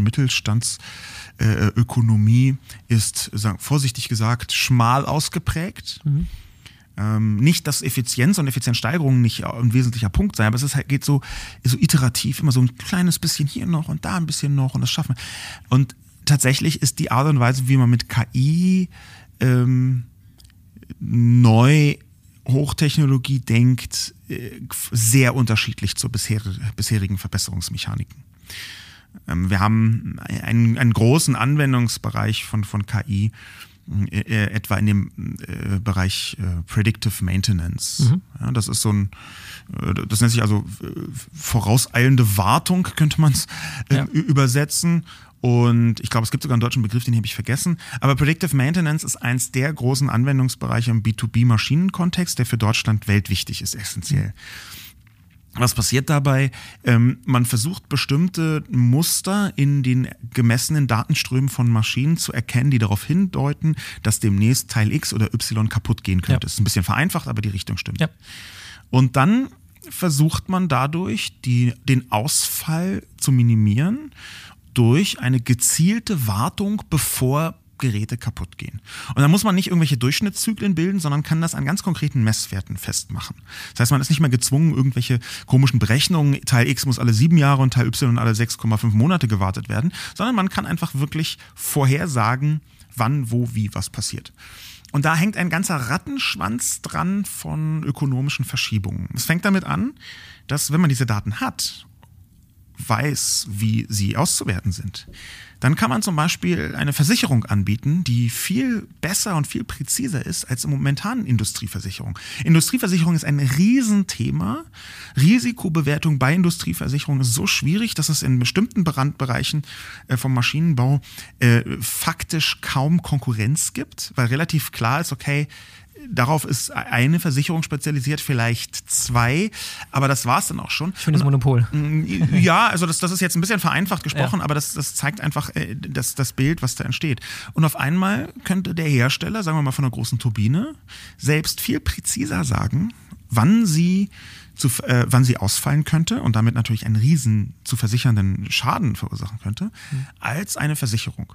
Mittelstandsökonomie äh, ist, sagen, vorsichtig gesagt, schmal ausgeprägt. Mhm. Ähm, nicht, dass Effizienz und Effizienzsteigerung nicht ein wesentlicher Punkt sei, aber es ist halt, geht so, so iterativ, immer so ein kleines bisschen hier noch und da ein bisschen noch und das schaffen wir. Und tatsächlich ist die Art und Weise, wie man mit K I ähm, neu Hochtechnologie denkt, äh, sehr unterschiedlich zur bisher, bisherigen Verbesserungsmechaniken. Ähm, wir haben einen, einen großen Anwendungsbereich von, von K I, Äh, etwa in dem äh, Bereich äh, Predictive Maintenance. Mhm. Ja, das ist so ein, äh, das nennt sich also äh, vorauseilende Wartung, könnte man es äh, ja. übersetzen. Und ich glaube, es gibt sogar einen deutschen Begriff, den habe ich vergessen. Aber Predictive Maintenance ist eins der großen Anwendungsbereiche im B zwei B-Maschinenkontext, der für Deutschland weltwichtig ist, essentiell. Mhm. Was passiert dabei? Ähm, man versucht bestimmte Muster in den gemessenen Datenströmen von Maschinen zu erkennen, die darauf hindeuten, dass demnächst Teil X oder Y kaputt gehen könnte. Ja. Das ist ein bisschen vereinfacht, aber die Richtung stimmt. Ja. Und dann versucht man dadurch, die, den Ausfall zu minimieren durch eine gezielte Wartung, bevor Geräte kaputt gehen. Und da muss man nicht irgendwelche Durchschnittszyklen bilden, sondern kann das an ganz konkreten Messwerten festmachen. Das heißt, man ist nicht mehr gezwungen, irgendwelche komischen Berechnungen, Teil X muss alle sieben Jahre und Teil Y alle sechs Komma fünf Monate gewartet werden, sondern man kann einfach wirklich vorhersagen, wann, wo, wie, was passiert. Und da hängt ein ganzer Rattenschwanz dran von ökonomischen Verschiebungen. Es fängt damit an, dass, wenn man diese Daten hat, weiß, wie sie auszuwerten sind, dann kann man zum Beispiel eine Versicherung anbieten, die viel besser und viel präziser ist als im momentanen Industrieversicherung. Industrieversicherung ist ein Riesenthema. Risikobewertung bei Industrieversicherung ist so schwierig, dass es in bestimmten Bereichen vom Maschinenbau äh, faktisch kaum Konkurrenz gibt, weil relativ klar ist, okay, darauf ist eine Versicherung spezialisiert, vielleicht zwei, aber das war es dann auch schon.
Schönes Monopol.
Ja, also das, das ist jetzt ein bisschen vereinfacht gesprochen, ja. aber das, das zeigt einfach äh, das, das Bild, was da entsteht. Und auf einmal könnte der Hersteller, sagen wir mal von einer großen Turbine, selbst viel präziser sagen, wann sie zu, äh, wann sie ausfallen könnte und damit natürlich einen riesen zu versichernden Schaden verursachen könnte, mhm. als eine Versicherung.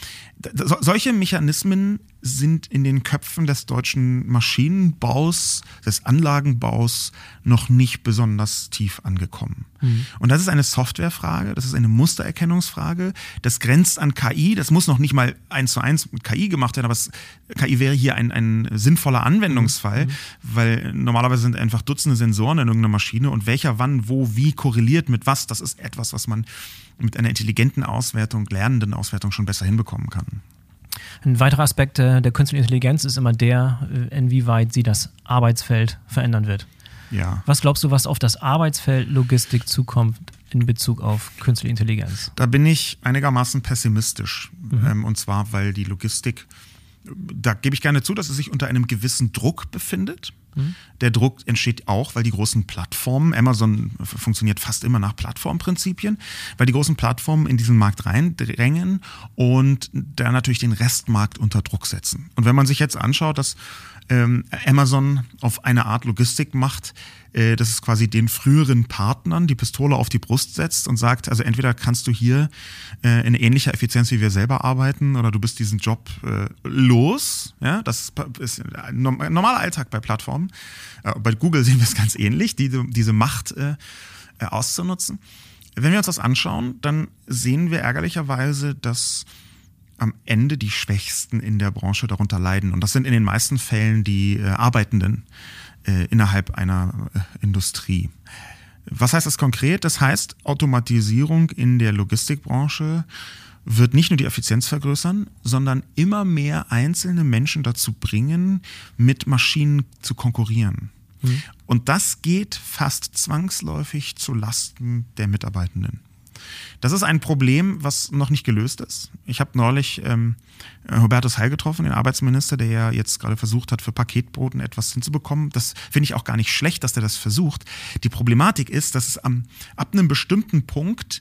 So, solche Mechanismen sind in den Köpfen des deutschen Maschinenbaus, des Anlagenbaus noch nicht besonders tief angekommen. Mhm. Und das ist eine Softwarefrage, das ist eine Mustererkennungsfrage, das grenzt an K I, das muss noch nicht mal eins zu eins mit K I gemacht werden, aber es, K I wäre hier ein, ein sinnvoller Anwendungsfall, mhm. weil normalerweise sind einfach Dutzende Sensoren in irgendeiner Maschine und welcher wann, wo, wie korreliert mit was, das ist etwas, was man mit einer intelligenten Auswertung, lernenden Auswertung schon besser hinbekommen kann.
Ein weiterer Aspekt der künstlichen Intelligenz ist immer der, inwieweit sie das Arbeitsfeld verändern wird.
Ja.
Was glaubst du, was auf das Arbeitsfeld Logistik zukommt in Bezug auf künstliche Intelligenz?
Da bin ich einigermaßen pessimistisch. Mhm. Ähm, und zwar, weil die Logistik, da gebe ich gerne zu, dass es sich unter einem gewissen Druck befindet. Mhm. Der Druck entsteht auch, weil die großen Plattformen, Amazon funktioniert fast immer nach Plattformprinzipien, weil die großen Plattformen in diesen Markt reindrängen und da natürlich den Restmarkt unter Druck setzen. Und wenn man sich jetzt anschaut, dass ähm, Amazon auf eine Art Logistik macht, äh, dass es quasi den früheren Partnern die Pistole auf die Brust setzt und sagt, also entweder kannst du hier äh, in ähnlicher Effizienz wie wir selber arbeiten oder du bist diesen Job äh, los. Ja, das ist ein normaler Alltag bei Plattformen. Äh, bei Google sehen wir es ganz ähnlich, die, diese Macht äh, auszunutzen. Wenn wir uns das anschauen, dann sehen wir ärgerlicherweise, dass am Ende die Schwächsten in der Branche darunter leiden. Und das sind in den meisten Fällen die äh, Arbeitenden äh, innerhalb einer äh, Industrie. Was heißt das konkret? Das heißt, Automatisierung in der Logistikbranche wird nicht nur die Effizienz vergrößern, sondern immer mehr einzelne Menschen dazu bringen, mit Maschinen zu konkurrieren. Mhm. Und das geht fast zwangsläufig zu Lasten der Mitarbeitenden. Das ist ein Problem, was noch nicht gelöst ist. Ich habe neulich ähm, Hubertus Heil getroffen, den Arbeitsminister, der ja jetzt gerade versucht hat, für Paketboten etwas hinzubekommen. Das finde ich auch gar nicht schlecht, dass der das versucht. Die Problematik ist, dass es am, ab einem bestimmten Punkt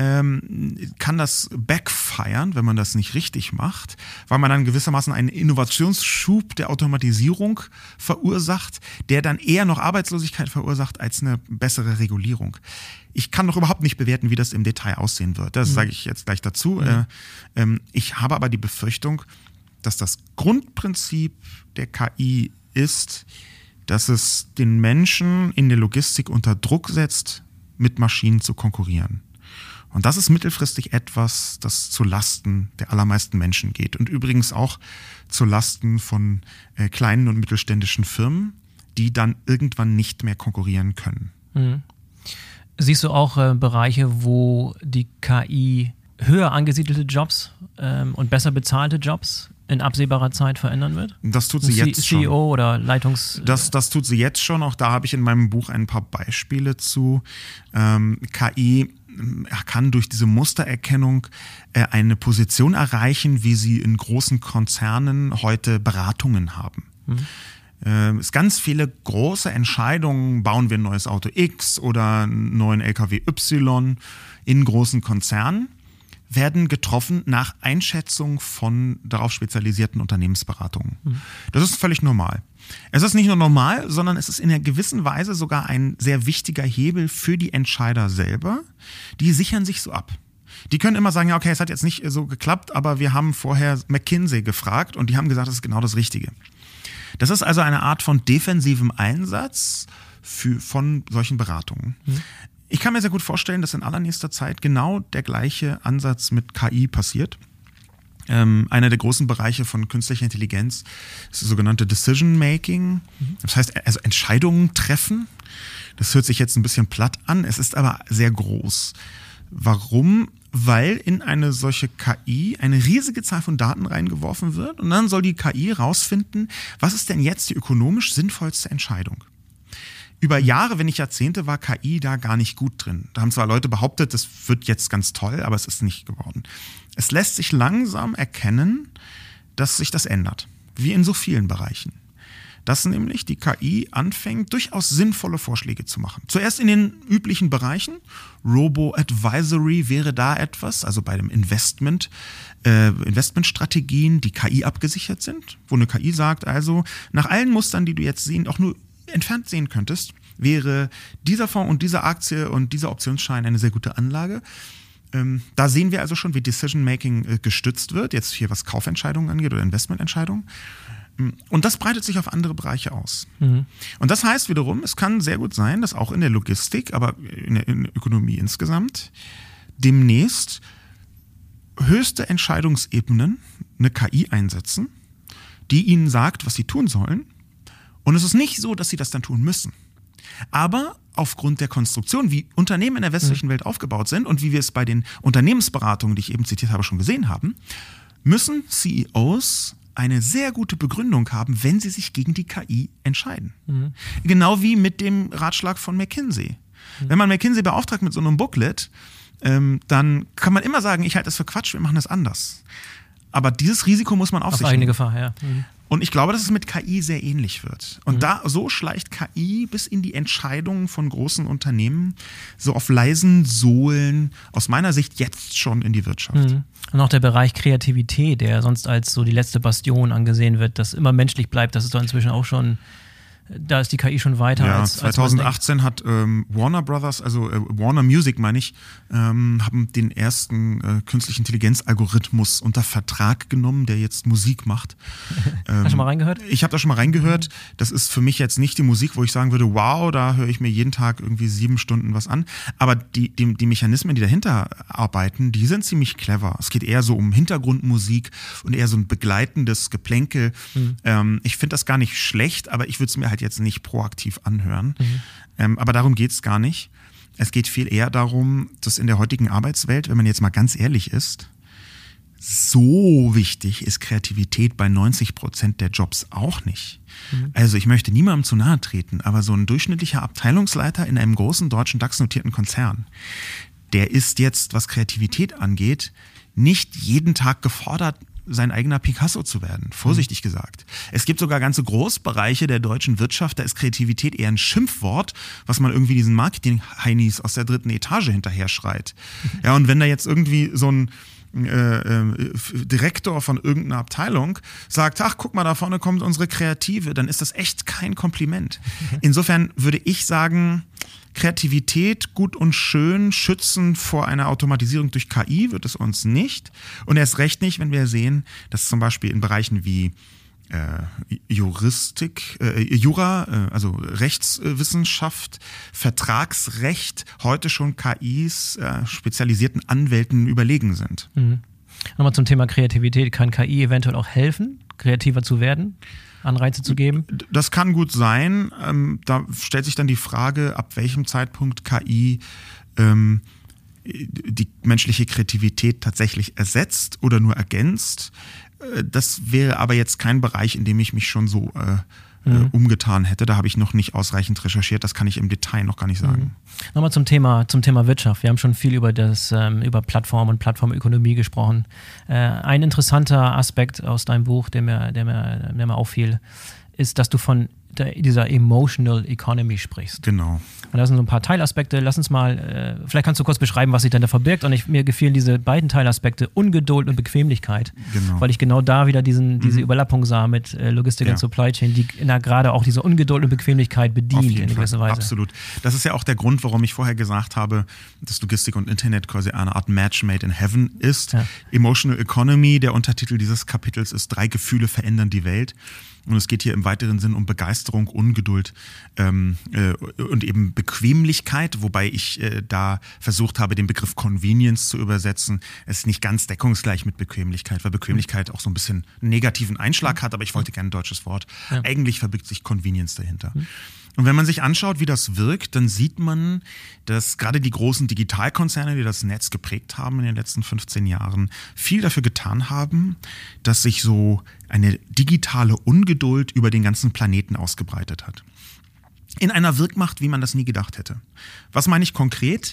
ähm, kann das backfiren, wenn man das nicht richtig macht, weil man dann gewissermaßen einen Innovationsschub der Automatisierung verursacht, der dann eher noch Arbeitslosigkeit verursacht als eine bessere Regulierung. Ich kann noch überhaupt nicht bewerten, wie das im Detail aussehen wird. Das mhm. sage ich jetzt gleich dazu. Mhm. Äh, ähm, ich habe aber die Befürchtung, dass das Grundprinzip der K I ist, dass es den Menschen in der Logistik unter Druck setzt, mit Maschinen zu konkurrieren. Und das ist mittelfristig etwas, das zu Lasten der allermeisten Menschen geht. Und übrigens auch zu Lasten von äh, kleinen und mittelständischen Firmen, die dann irgendwann nicht mehr konkurrieren können.
Mhm. Siehst du auch äh, Bereiche, wo die K I höher angesiedelte Jobs ähm, und besser bezahlte Jobs in absehbarer Zeit verändern wird?
Das tut sie jetzt
C- schon. C E O oder Leitungs...
Das, das tut sie jetzt schon. Auch da habe ich in meinem Buch ein paar Beispiele zu. Ähm, K I kann durch diese Mustererkennung äh, eine Position erreichen, wie sie in großen Konzernen heute Beratungen haben. Mhm. Es ganz viele große Entscheidungen, bauen wir ein neues Auto X oder einen neuen L K W Y in großen Konzernen, werden getroffen nach Einschätzung von darauf spezialisierten Unternehmensberatungen. Mhm. Das ist völlig normal. Es ist nicht nur normal, sondern es ist in einer gewissen Weise sogar ein sehr wichtiger Hebel für die Entscheider selber. Die sichern sich so ab. Die können immer sagen, ja, okay, es hat jetzt nicht so geklappt, aber wir haben vorher McKinsey gefragt und die haben gesagt, das ist genau das Richtige. Das ist also eine Art von defensivem Einsatz für, von solchen Beratungen. Mhm. Ich kann mir sehr gut vorstellen, dass in allernächster Zeit genau der gleiche Ansatz mit K I passiert. Ähm, einer der großen Bereiche von künstlicher Intelligenz ist das sogenannte Decision Making. Mhm. Das heißt, also Entscheidungen treffen. Das hört sich jetzt ein bisschen platt an, es ist aber sehr groß. Warum? Weil in eine solche K I eine riesige Zahl von Daten reingeworfen wird und dann soll die K I rausfinden, was ist denn jetzt die ökonomisch sinnvollste Entscheidung. Über Jahre, wenn nicht Jahrzehnte, war K I da gar nicht gut drin. Da haben zwar Leute behauptet, das wird jetzt ganz toll, aber es ist nicht geworden. Es lässt sich langsam erkennen, dass sich das ändert, wie in so vielen Bereichen. Dass nämlich die K I anfängt, durchaus sinnvolle Vorschläge zu machen. Zuerst in den üblichen Bereichen. Robo-Advisory wäre da etwas, also bei dem Investment, äh, Investmentstrategien, die K I abgesichert sind, wo eine K I sagt, also nach allen Mustern, die du jetzt sehen, auch nur entfernt sehen könntest, wäre dieser Fonds und diese Aktie und dieser Optionsschein eine sehr gute Anlage. Ähm, da sehen wir also schon, wie Decision-Making äh, gestützt wird, jetzt hier was Kaufentscheidungen angeht oder Investmententscheidungen. Und das breitet sich auf andere Bereiche aus. Mhm. Und das heißt wiederum, es kann sehr gut sein, dass auch in der Logistik, aber in der, in der Ökonomie insgesamt, demnächst höchste Entscheidungsebenen eine K I einsetzen, die ihnen sagt, was sie tun sollen. Und es ist nicht so, dass sie das dann tun müssen. Aber aufgrund der Konstruktion, wie Unternehmen in der westlichen mhm. Welt aufgebaut sind und wie wir es bei den Unternehmensberatungen, die ich eben zitiert habe, schon gesehen haben, müssen C E Os eine sehr gute Begründung haben, wenn sie sich gegen die K I entscheiden. Mhm. Genau wie mit dem Ratschlag von McKinsey. Mhm. Wenn man McKinsey beauftragt mit so einem Booklet, ähm, dann kann man immer sagen, ich halte das für Quatsch, wir machen das anders. Aber dieses Risiko muss man auf, auf sich nehmen. Auf eigene
Gefahr, ja. Mhm.
Und ich glaube, dass es mit K I sehr ähnlich wird. Und mhm. da so schleicht K I bis in die Entscheidungen von großen Unternehmen so auf leisen Sohlen aus meiner Sicht jetzt schon in die Wirtschaft.
Mhm. Und auch der Bereich Kreativität, der sonst als so die letzte Bastion angesehen wird, das immer menschlich bleibt, das ist doch inzwischen auch schon, da ist die K I schon weiter
ja,
als, als
zwanzig achtzehn hat ähm, Warner Brothers, also äh, Warner Music meine ich, ähm, haben den ersten äh, künstlichen Intelligenz-Algorithmus unter Vertrag genommen, der jetzt Musik macht.
Ähm, Hast du schon mal reingehört?
Ich habe da schon mal reingehört. Das ist für mich jetzt nicht die Musik, wo ich sagen würde, wow, da höre ich mir jeden Tag irgendwie sieben Stunden was an. Aber die, die, die Mechanismen, die dahinter arbeiten, die sind ziemlich clever. Es geht eher so um Hintergrundmusik und eher so ein begleitendes Geplänkel. Mhm. Ähm, ich finde das gar nicht schlecht, aber ich würde es mir halt jetzt nicht proaktiv anhören. Mhm. Ähm, aber darum geht es gar nicht. Es geht viel eher darum, dass in der heutigen Arbeitswelt, wenn man jetzt mal ganz ehrlich ist, so wichtig ist Kreativität bei neunzig Prozent der Jobs auch nicht. Mhm. Also ich möchte niemandem zu nahe treten, aber so ein durchschnittlicher Abteilungsleiter in einem großen deutschen DAX-notierten Konzern, der ist jetzt, was Kreativität angeht, nicht jeden Tag gefordert, sein eigener Picasso zu werden, vorsichtig mhm. gesagt. Es gibt sogar ganze Großbereiche der deutschen Wirtschaft, da ist Kreativität eher ein Schimpfwort, was man irgendwie diesen Marketing-Heinis aus der dritten Etage hinterher schreit. Mhm. Ja, und wenn da jetzt irgendwie so ein Äh, äh, Direktor von irgendeiner Abteilung sagt, ach, guck mal, da vorne kommt unsere Kreative, dann ist das echt kein Kompliment. Insofern würde ich sagen, Kreativität, gut und schön, schützen vor einer Automatisierung durch K I wird es uns nicht. Und erst recht nicht, wenn wir sehen, dass zum Beispiel in Bereichen wie Äh, Juristik, äh, Jura, äh, also Rechtswissenschaft, Vertragsrecht heute schon K Is äh, spezialisierten Anwälten überlegen sind.
Mhm. Nochmal zum Thema Kreativität. Kann K I eventuell auch helfen, kreativer zu werden, Anreize zu geben?
Das kann gut sein. Ähm, da stellt sich dann die Frage, ab welchem Zeitpunkt K I ähm, die menschliche Kreativität tatsächlich ersetzt oder nur ergänzt. Das wäre aber jetzt kein Bereich, in dem ich mich schon so äh, mhm. umgetan hätte. Da habe ich noch nicht ausreichend recherchiert. Das kann ich im Detail noch gar nicht sagen.
Mhm. Nochmal zum Thema, zum Thema Wirtschaft. Wir haben schon viel über das, ähm, über Plattform und Plattformökonomie gesprochen. Äh, ein interessanter Aspekt aus deinem Buch, der mir, der mir, der mir auffiel, ist, dass du von der, dieser Emotional Economy sprichst.
Genau.
Und da sind so ein paar Teilaspekte. Lass uns mal, äh, vielleicht kannst du kurz beschreiben, was sich denn da verbirgt. Und ich, mir gefielen diese beiden Teilaspekte, Ungeduld und Bequemlichkeit.
Genau.
Weil ich genau da wieder diesen, mhm. diese Überlappung sah mit äh, Logistik ja. und Supply Chain, die gerade auch diese Ungeduld und Bequemlichkeit bedient in einer gewissen Weise.
Absolut. Das ist ja auch der Grund, warum ich vorher gesagt habe, dass Logistik und Internet quasi eine Art Match made in heaven ist. Ja. Emotional Economy, der Untertitel dieses Kapitels ist Drei Gefühle verändern die Welt. Und es geht hier im weiteren Sinn um Begeisterung, Ungeduld ähm, äh, und eben Bequemlichkeit, wobei ich äh, da versucht habe, den Begriff Convenience zu übersetzen. Es ist nicht ganz deckungsgleich mit Bequemlichkeit, weil Bequemlichkeit auch so ein bisschen einen negativen Einschlag hat, aber ich wollte gerne ein deutsches Wort. Ja. Eigentlich verbirgt sich Convenience dahinter. Mhm. Und wenn man sich anschaut, wie das wirkt, dann sieht man, dass gerade die großen Digitalkonzerne, die das Netz geprägt haben in den letzten fünfzehn Jahren, viel dafür getan haben, dass sich so eine digitale Ungeduld über den ganzen Planeten ausgebreitet hat. In einer Wirkmacht, wie man das nie gedacht hätte. Was meine ich konkret?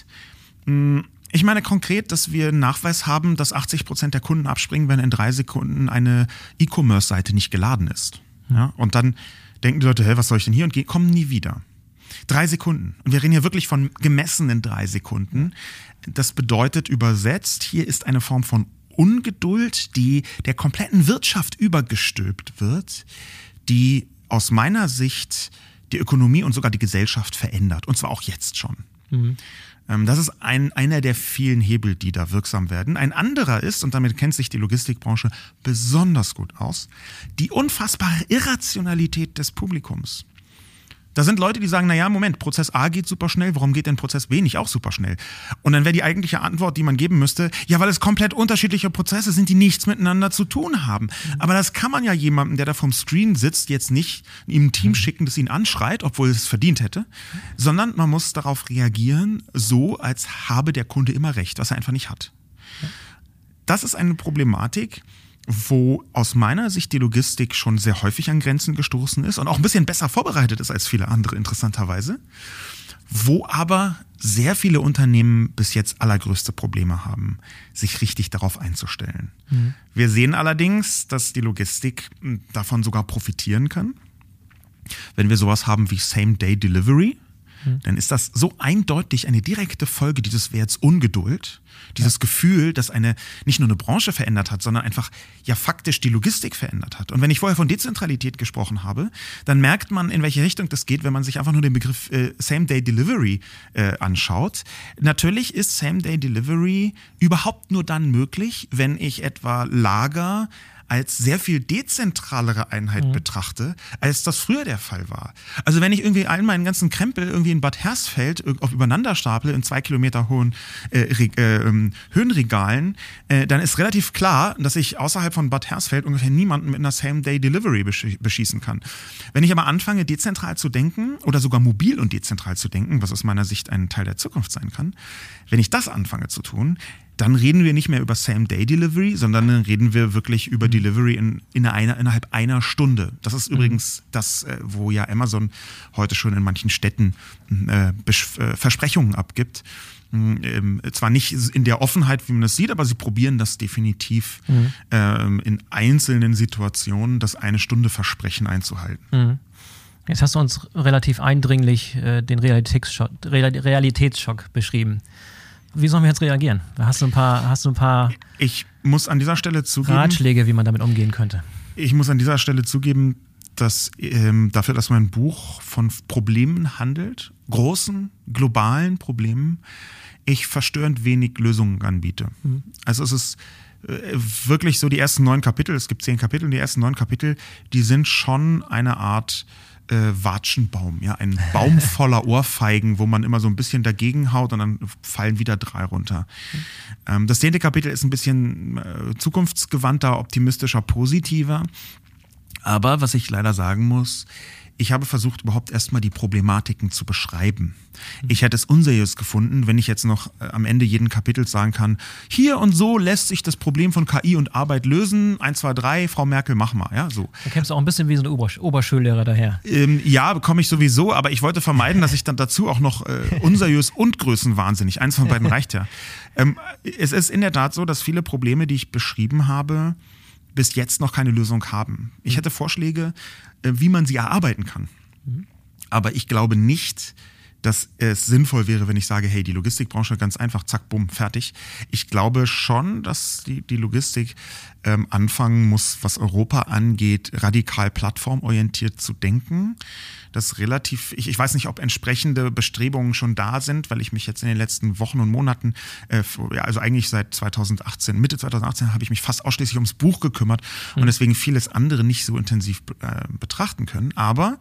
Ich meine konkret, dass wir einen Nachweis haben, dass achtzig Prozent der Kunden abspringen, wenn in drei Sekunden eine E-Commerce-Seite nicht geladen ist. Ja, und dann denken die Leute, hey, was soll ich denn hier? Und gehen, kommen nie wieder. Drei Sekunden. Und wir reden hier wirklich von gemessenen drei Sekunden. Das bedeutet übersetzt, hier ist eine Form von Ungeduld, die der kompletten Wirtschaft übergestülpt wird, die aus meiner Sicht die Ökonomie und sogar die Gesellschaft verändert. Und zwar auch jetzt schon. Mhm. Das ist ein, einer der vielen Hebel, die da wirksam werden. Ein anderer ist, und damit kennt sich die Logistikbranche besonders gut aus, die unfassbare Irrationalität des Publikums. Da sind Leute, die sagen, naja, Moment, Prozess A geht super schnell, warum geht denn Prozess B nicht auch super schnell? Und dann wäre die eigentliche Antwort, die man geben müsste, ja, weil es komplett unterschiedliche Prozesse sind, die nichts miteinander zu tun haben. Mhm. Aber das kann man ja jemandem, der da vom Screen sitzt, jetzt nicht ihm ein Team schicken, das ihn anschreit, obwohl es verdient hätte, sondern man muss darauf reagieren, so als habe der Kunde immer recht, was er einfach nicht hat. Das ist eine Problematik, wo aus meiner Sicht die Logistik schon sehr häufig an Grenzen gestoßen ist und auch ein bisschen besser vorbereitet ist als viele andere, interessanterweise, wo aber sehr viele Unternehmen bis jetzt allergrößte Probleme haben, sich richtig darauf einzustellen. Mhm. Wir sehen allerdings, dass die Logistik davon sogar profitieren kann. Wenn wir sowas haben wie Same-Day-Delivery, mhm. dann ist das so eindeutig eine direkte Folge dieses Werts Ungeduld, dieses ja. Gefühl, dass eine nicht nur eine Branche verändert hat, sondern einfach ja faktisch die Logistik verändert hat. Und wenn ich vorher von Dezentralität gesprochen habe, dann merkt man, in welche Richtung das geht, wenn man sich einfach nur den Begriff äh, Same-Day-Delivery äh, anschaut. Natürlich ist Same-Day-Delivery überhaupt nur dann möglich, wenn ich etwa Lager als sehr viel dezentralere Einheit
mhm.
betrachte, als das früher der Fall war. Also wenn ich irgendwie all meinen ganzen Krempel irgendwie in Bad Hersfeld auf übereinander staple, in zwei Kilometer hohen äh, äh, Höhenregalen, äh, dann ist relativ klar, dass ich außerhalb von Bad Hersfeld ungefähr niemanden mit einer Same-Day-Delivery besch- beschießen kann. Wenn ich aber anfange, dezentral zu denken oder sogar mobil und dezentral zu denken, was aus meiner Sicht ein Teil der Zukunft sein kann, wenn ich das anfange zu tun, dann reden wir nicht mehr über Same-Day-Delivery, sondern dann reden wir wirklich über Delivery in, in einer, innerhalb einer Stunde. Das ist mhm. übrigens das, wo ja Amazon heute schon in manchen Städten äh, Besch- äh, Versprechungen abgibt. Ähm, zwar nicht in der Offenheit, wie man das sieht, aber sie probieren das definitiv mhm. ähm, in einzelnen Situationen, das eine Stunde Versprechen einzuhalten.
Mhm. Jetzt hast du uns relativ eindringlich äh, den Realitätsschock, Realitätsschock beschrieben. Wie sollen wir jetzt reagieren? Hast du ein paar, hast du ein paar
ich muss an dieser Stelle zugeben,
Ratschläge, wie man damit umgehen könnte?
Ich muss an dieser Stelle zugeben, dass ähm, dafür, dass mein Buch von Problemen handelt, großen, globalen Problemen, ich verstörend wenig Lösungen anbiete. Mhm. Also es ist äh, wirklich so, die ersten neun Kapitel, es gibt zehn Kapitel, und die ersten neun Kapitel, die sind schon eine Art Äh, Watschenbaum, ja, ein Baum voller Ohrfeigen, wo man immer so ein bisschen dagegen haut und dann fallen wieder drei runter. Mhm. Ähm, das zehnte Kapitel ist ein bisschen äh, zukunftsgewandter, optimistischer, positiver. Aber was ich leider sagen muss, ich habe versucht, überhaupt erstmal die Problematiken zu beschreiben. Ich hätte es unseriös gefunden, wenn ich jetzt noch äh, am Ende jeden Kapitels sagen kann, hier und so lässt sich das Problem von K I und Arbeit lösen. eins, zwei, drei, Frau Merkel, mach mal. Ja, so.
Da kämpfst du auch ein bisschen wie so ein Obersch- Oberschullehrer daher.
Ähm, ja, bekomme ich sowieso, aber ich wollte vermeiden, dass ich dann dazu auch noch äh, unseriös und größenwahnsinnig, eins von beiden reicht ja. Ähm, es ist in der Tat so, dass viele Probleme, die ich beschrieben habe, bis jetzt noch keine Lösung haben. Ich hätte Vorschläge, wie man sie erarbeiten kann. Mhm. Aber ich glaube nicht, dass es sinnvoll wäre, wenn ich sage, hey, die Logistikbranche ganz einfach, zack, bumm, fertig. Ich glaube schon, dass die, die Logistik ähm, anfangen muss, was Europa angeht, radikal plattformorientiert zu denken. Das relativ, ich, ich weiß nicht, ob entsprechende Bestrebungen schon da sind, weil ich mich jetzt in den letzten Wochen und Monaten, äh, also eigentlich seit zweitausendachtzehn, Mitte zweitausendachtzehn, habe ich mich fast ausschließlich ums Buch gekümmert mhm. und deswegen vieles andere nicht so intensiv äh, betrachten können. Aber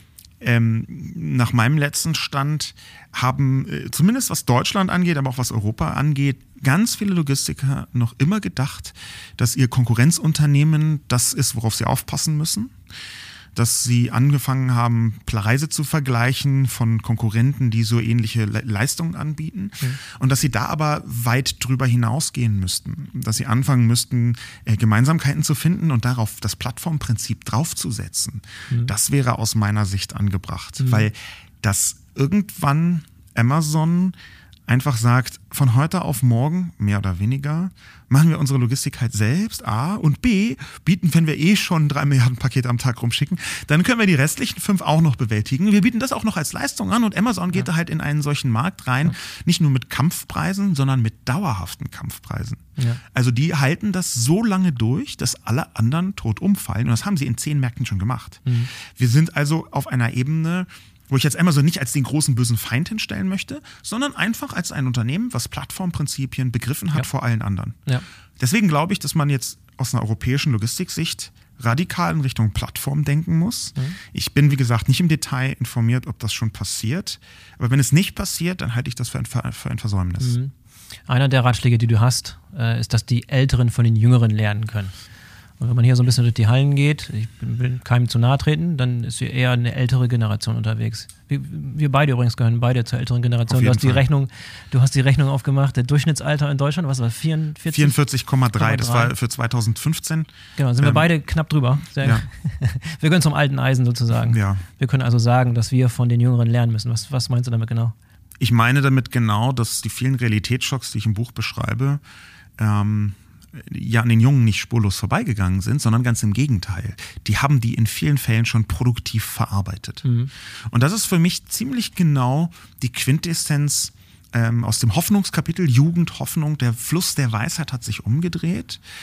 Ähm, nach meinem letzten Stand haben, äh, zumindest was Deutschland angeht, aber auch was Europa angeht, ganz viele Logistiker noch immer gedacht, dass ihr Konkurrenzunternehmen das ist, worauf sie aufpassen müssen. Dass sie angefangen haben, Preise zu vergleichen von Konkurrenten, die so ähnliche Le- Leistungen anbieten. Mhm. Und dass sie da aber weit drüber hinausgehen müssten. Dass sie anfangen müssten, äh, Gemeinsamkeiten zu finden und darauf das Plattformprinzip draufzusetzen. Mhm. Das wäre aus meiner Sicht angebracht. Mhm. Weil das irgendwann Amazon einfach sagt, von heute auf morgen, mehr oder weniger, machen wir unsere Logistik halt selbst, A, und B, bieten, wenn wir eh schon drei Milliarden Pakete am Tag rumschicken, dann können wir die restlichen fünf auch noch bewältigen. Wir bieten das auch noch als Leistung an und Amazon geht ja. da halt in einen solchen Markt rein, ja. nicht nur mit Kampfpreisen, sondern mit dauerhaften Kampfpreisen. Ja. Also die halten das so lange durch, dass alle anderen tot umfallen und das haben sie in zehn Märkten schon gemacht. Mhm. Wir sind also auf einer Ebene, wo ich jetzt Amazon nicht als den großen bösen Feind hinstellen möchte, sondern einfach als ein Unternehmen, was Plattformprinzipien begriffen hat ja. vor allen anderen. Ja. Deswegen glaube ich, dass man jetzt aus einer europäischen Logistiksicht radikal in Richtung Plattform denken muss. Mhm. Ich bin, wie gesagt, nicht im Detail informiert, ob das schon passiert. Aber wenn es nicht passiert, dann halte ich das für ein, für ein Versäumnis.
Mhm. Einer der Ratschläge, die du hast, äh, ist, dass die Älteren von den Jüngeren lernen können. Und wenn man hier so ein bisschen durch die Hallen geht, ich will keinem zu nahe treten, dann ist hier eher eine ältere Generation unterwegs. Wir, wir beide übrigens gehören beehre zur älteren Generation. Du hast die Rechnung, du hast die Rechnung aufgemacht, der Durchschnittsalter in Deutschland, was war vierundvierzig?
vierundvierzig Komma drei, das war für zweitausendfünfzehn.
Genau, sind ähm, wir beide knapp drüber. Sehr, ja. Wir gehören zum alten Eisen sozusagen. Ja. Wir können also sagen, dass wir von den Jüngeren lernen müssen. Was, was meinst du damit genau?
Ich meine damit genau, dass die vielen Realitätsschocks, die ich im Buch beschreibe, ähm, ja an den Jungen nicht spurlos vorbeigegangen sind, sondern ganz im Gegenteil. Die haben die in vielen Fällen schon produktiv verarbeitet. Mhm. Und das ist für mich ziemlich genau die Quintessenz ähm, aus dem Hoffnungskapitel Jugend, Hoffnung. Der Fluss der Weisheit hat sich umgedreht.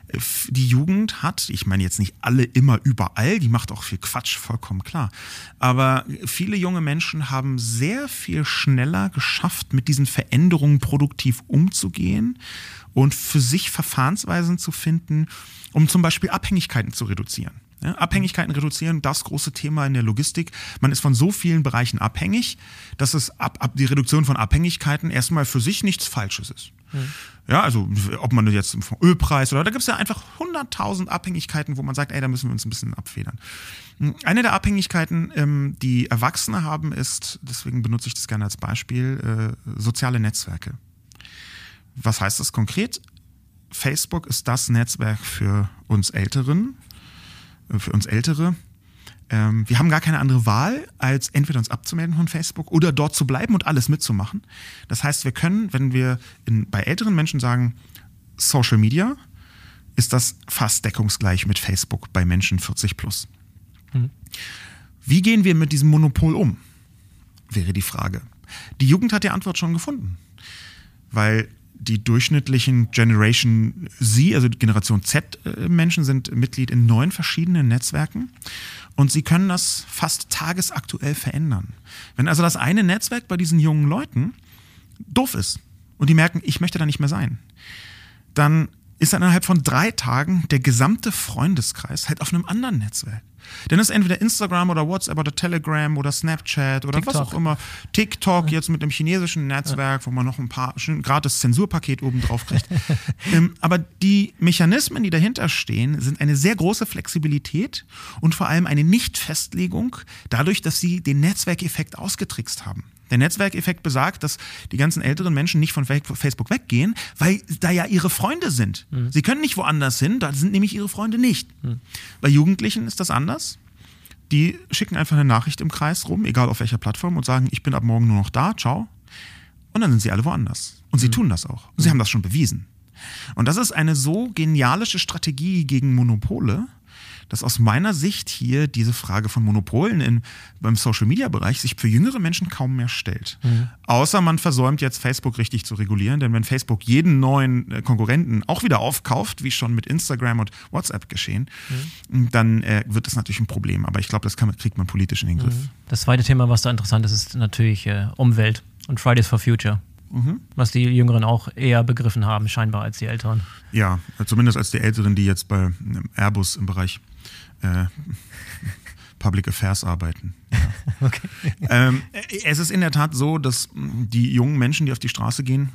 die Jugend hat, ich meine jetzt nicht alle immer überall, die macht auch viel Quatsch, vollkommen klar, aber viele junge Menschen haben sehr viel schneller geschafft, mit diesen Veränderungen produktiv umzugehen und für sich Verfahrensweisen zu finden, um zum Beispiel Abhängigkeiten zu reduzieren. Ja, Abhängigkeiten reduzieren, das große Thema in der Logistik. Man ist von so vielen Bereichen abhängig, dass es ab, ab die Reduktion von Abhängigkeiten erstmal für sich nichts Falsches ist. Mhm. Ja, also ob man jetzt vom Ölpreis oder da gibt es ja einfach hunderttausend Abhängigkeiten, wo man sagt, ey, da müssen wir uns ein bisschen abfedern. Eine der Abhängigkeiten, ähm, die Erwachsene haben, ist, deswegen benutze ich das gerne als Beispiel, äh, soziale Netzwerke. Was heißt das konkret? Facebook ist das Netzwerk für uns Älteren, für uns Ältere. Ähm, wir haben gar keine andere Wahl, als entweder uns abzumelden von Facebook oder dort zu bleiben und alles mitzumachen. Das heißt, wir können, wenn wir in, bei älteren Menschen sagen, Social Media, ist das fast deckungsgleich mit Facebook bei Menschen vierzig plus. Mhm. Wie gehen wir mit diesem Monopol um, wäre die Frage. Die Jugend hat die Antwort schon gefunden, weil die durchschnittlichen Generation Z, also Generation Z-Menschen, sind Mitglied in neun verschiedenen Netzwerken und sie können das fast tagesaktuell verändern. Wenn also das eine Netzwerk bei diesen jungen Leuten doof ist und die merken, ich möchte da nicht mehr sein, dann ist dann innerhalb von drei Tagen der gesamte Freundeskreis halt auf einem anderen Netzwerk. Dann ist entweder Instagram oder WhatsApp oder Telegram oder Snapchat oder TikTok. Was auch immer. TikTok jetzt mit dem chinesischen Netzwerk, wo man noch ein paar schön gratis Zensurpaket oben drauf kriegt. ähm, aber die Mechanismen, die dahinter stehen, sind eine sehr große Flexibilität und vor allem eine Nichtfestlegung dadurch, dass sie den Netzwerkeffekt ausgetrickst haben. Der Netzwerkeffekt besagt, dass die ganzen älteren Menschen nicht von Facebook weggehen, weil da ja ihre Freunde sind. Mhm. Sie können nicht woanders hin, da sind nämlich ihre Freunde nicht. Mhm. Bei Jugendlichen ist das anders. Die schicken einfach eine Nachricht im Kreis rum, egal auf welcher Plattform, und sagen, ich bin ab morgen nur noch da, ciao. Und dann sind sie alle woanders. Und mhm. sie tun das auch. Und sie mhm. haben das schon bewiesen. Und das ist eine so genialische Strategie gegen Monopole, dass aus meiner Sicht hier diese Frage von Monopolen in, beim Social-Media-Bereich sich für jüngere Menschen kaum mehr stellt. Mhm. Außer man versäumt jetzt Facebook richtig zu regulieren, denn wenn Facebook jeden neuen Konkurrenten auch wieder aufkauft, wie schon mit Instagram und WhatsApp geschehen, mhm. dann äh, wird das natürlich ein Problem. Aber ich glaube, das kann, kriegt man politisch in den Griff.
Mhm. Das zweite Thema, was da interessant ist, ist natürlich äh, Umwelt und Fridays for Future. Mhm. Was die Jüngeren auch eher begriffen haben, scheinbar, als die Älteren.
Ja, zumindest als die Älteren, die jetzt bei Airbus im Bereich Äh, Public Affairs arbeiten. Ja. Okay. Ähm, es ist in der Tat so, dass die jungen Menschen, die auf die Straße gehen,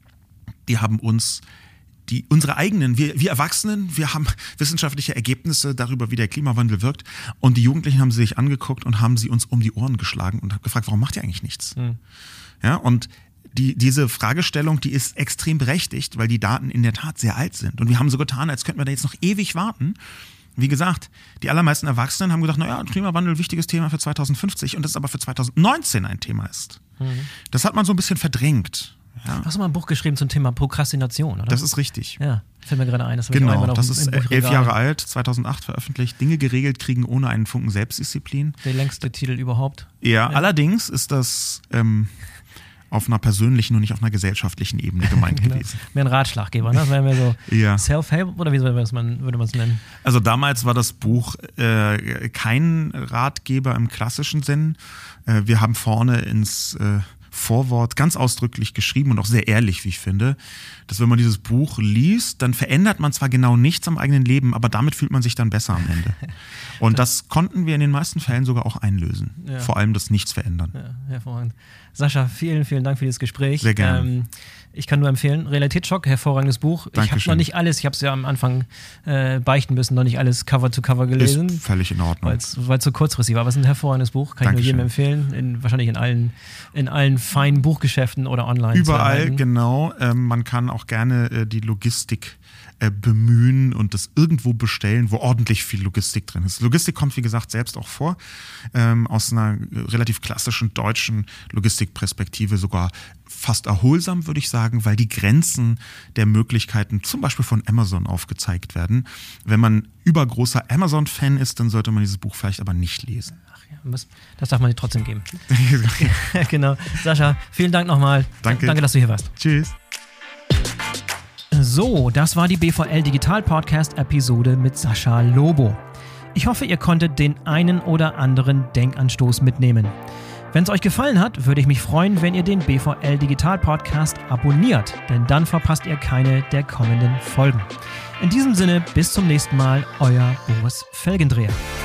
die haben uns, die, unsere eigenen, wir, wir Erwachsenen, wir haben wissenschaftliche Ergebnisse darüber, wie der Klimawandel wirkt, und die Jugendlichen haben sie sich angeguckt und haben sie uns um die Ohren geschlagen und haben gefragt, warum macht ihr eigentlich nichts? Mhm. Ja, und Die, diese Fragestellung, die ist extrem berechtigt, weil die Daten in der Tat sehr alt sind. Und wir haben so getan, als könnten wir da jetzt noch ewig warten. Wie gesagt, die allermeisten Erwachsenen haben gedacht, naja, Klimawandel, wichtiges Thema für zweitausendfünfzig, und das aber für zweitausendneunzehn ein Thema ist. Mhm. Das hat man so ein bisschen verdrängt. Ja.
Du hast mal ein Buch geschrieben zum Thema Prokrastination, oder?
Das ist richtig.
Ja, fällt mir gerade ein. Das
genau, das ist elf Jahre alt, zweitausendacht veröffentlicht. Dinge geregelt kriegen ohne einen Funken Selbstdisziplin.
Der längste Titel überhaupt.
Ja, ja. Allerdings ist das ähm, auf einer persönlichen und nicht auf einer gesellschaftlichen Ebene gemeint genau. gewesen.
Mehr ein Ratschlaggeber, ne? Das wäre mehr so ja. Self-Help, oder wie würde man es nennen?
Also damals war das Buch äh, kein Ratgeber im klassischen Sinn. Äh, wir haben vorne ins äh, Vorwort ganz ausdrücklich geschrieben und auch sehr ehrlich, wie ich finde, dass wenn man dieses Buch liest, dann verändert man zwar genau nichts am eigenen Leben, aber damit fühlt man sich dann besser am Ende. Und das konnten wir in den meisten Fällen sogar auch einlösen. Ja. Vor allem das Nichts verändern.
Ja, hervorragend. Sascha, vielen, vielen Dank für dieses Gespräch.
Sehr gerne.
Ähm, ich kann nur empfehlen, Realitätsschock, hervorragendes Buch.
Dankeschön.
Ich habe noch nicht alles, ich habe es ja am Anfang äh, beichten müssen, noch nicht alles Cover to Cover gelesen.
Ist völlig in Ordnung.
Weil es so kurzfristig war, aber es ist ein hervorragendes Buch, kann Dankeschön. Ich nur jedem empfehlen, in, wahrscheinlich in allen, in allen feinen Buchgeschäften oder online.
Überall, genau. Ähm, man kann auch gerne äh, die Logistik äh, bemühen und das irgendwo bestellen, wo ordentlich viel Logistik drin ist. Logistik kommt, wie gesagt, selbst auch vor, ähm, aus einer relativ klassischen deutschen Logistikperspektive sogar fast erholsam, würde ich sagen, weil die Grenzen der Möglichkeiten zum Beispiel von Amazon aufgezeigt werden. Wenn man übergroßer Amazon-Fan ist, dann sollte man dieses Buch vielleicht aber nicht lesen.
Ach ja, das darf man dir trotzdem geben. Genau. Sascha, vielen Dank nochmal.
Danke.
Danke, dass du hier warst.
Tschüss.
So, das war die B V L Digital Podcast Episode mit Sascha Lobo. Ich hoffe, ihr konntet den einen oder anderen Denkanstoß mitnehmen. Wenn es euch gefallen hat, würde ich mich freuen, wenn ihr den B V L Digital Podcast abonniert, denn dann verpasst ihr keine der kommenden Folgen. In diesem Sinne, bis zum nächsten Mal, euer Boris Felgendreher.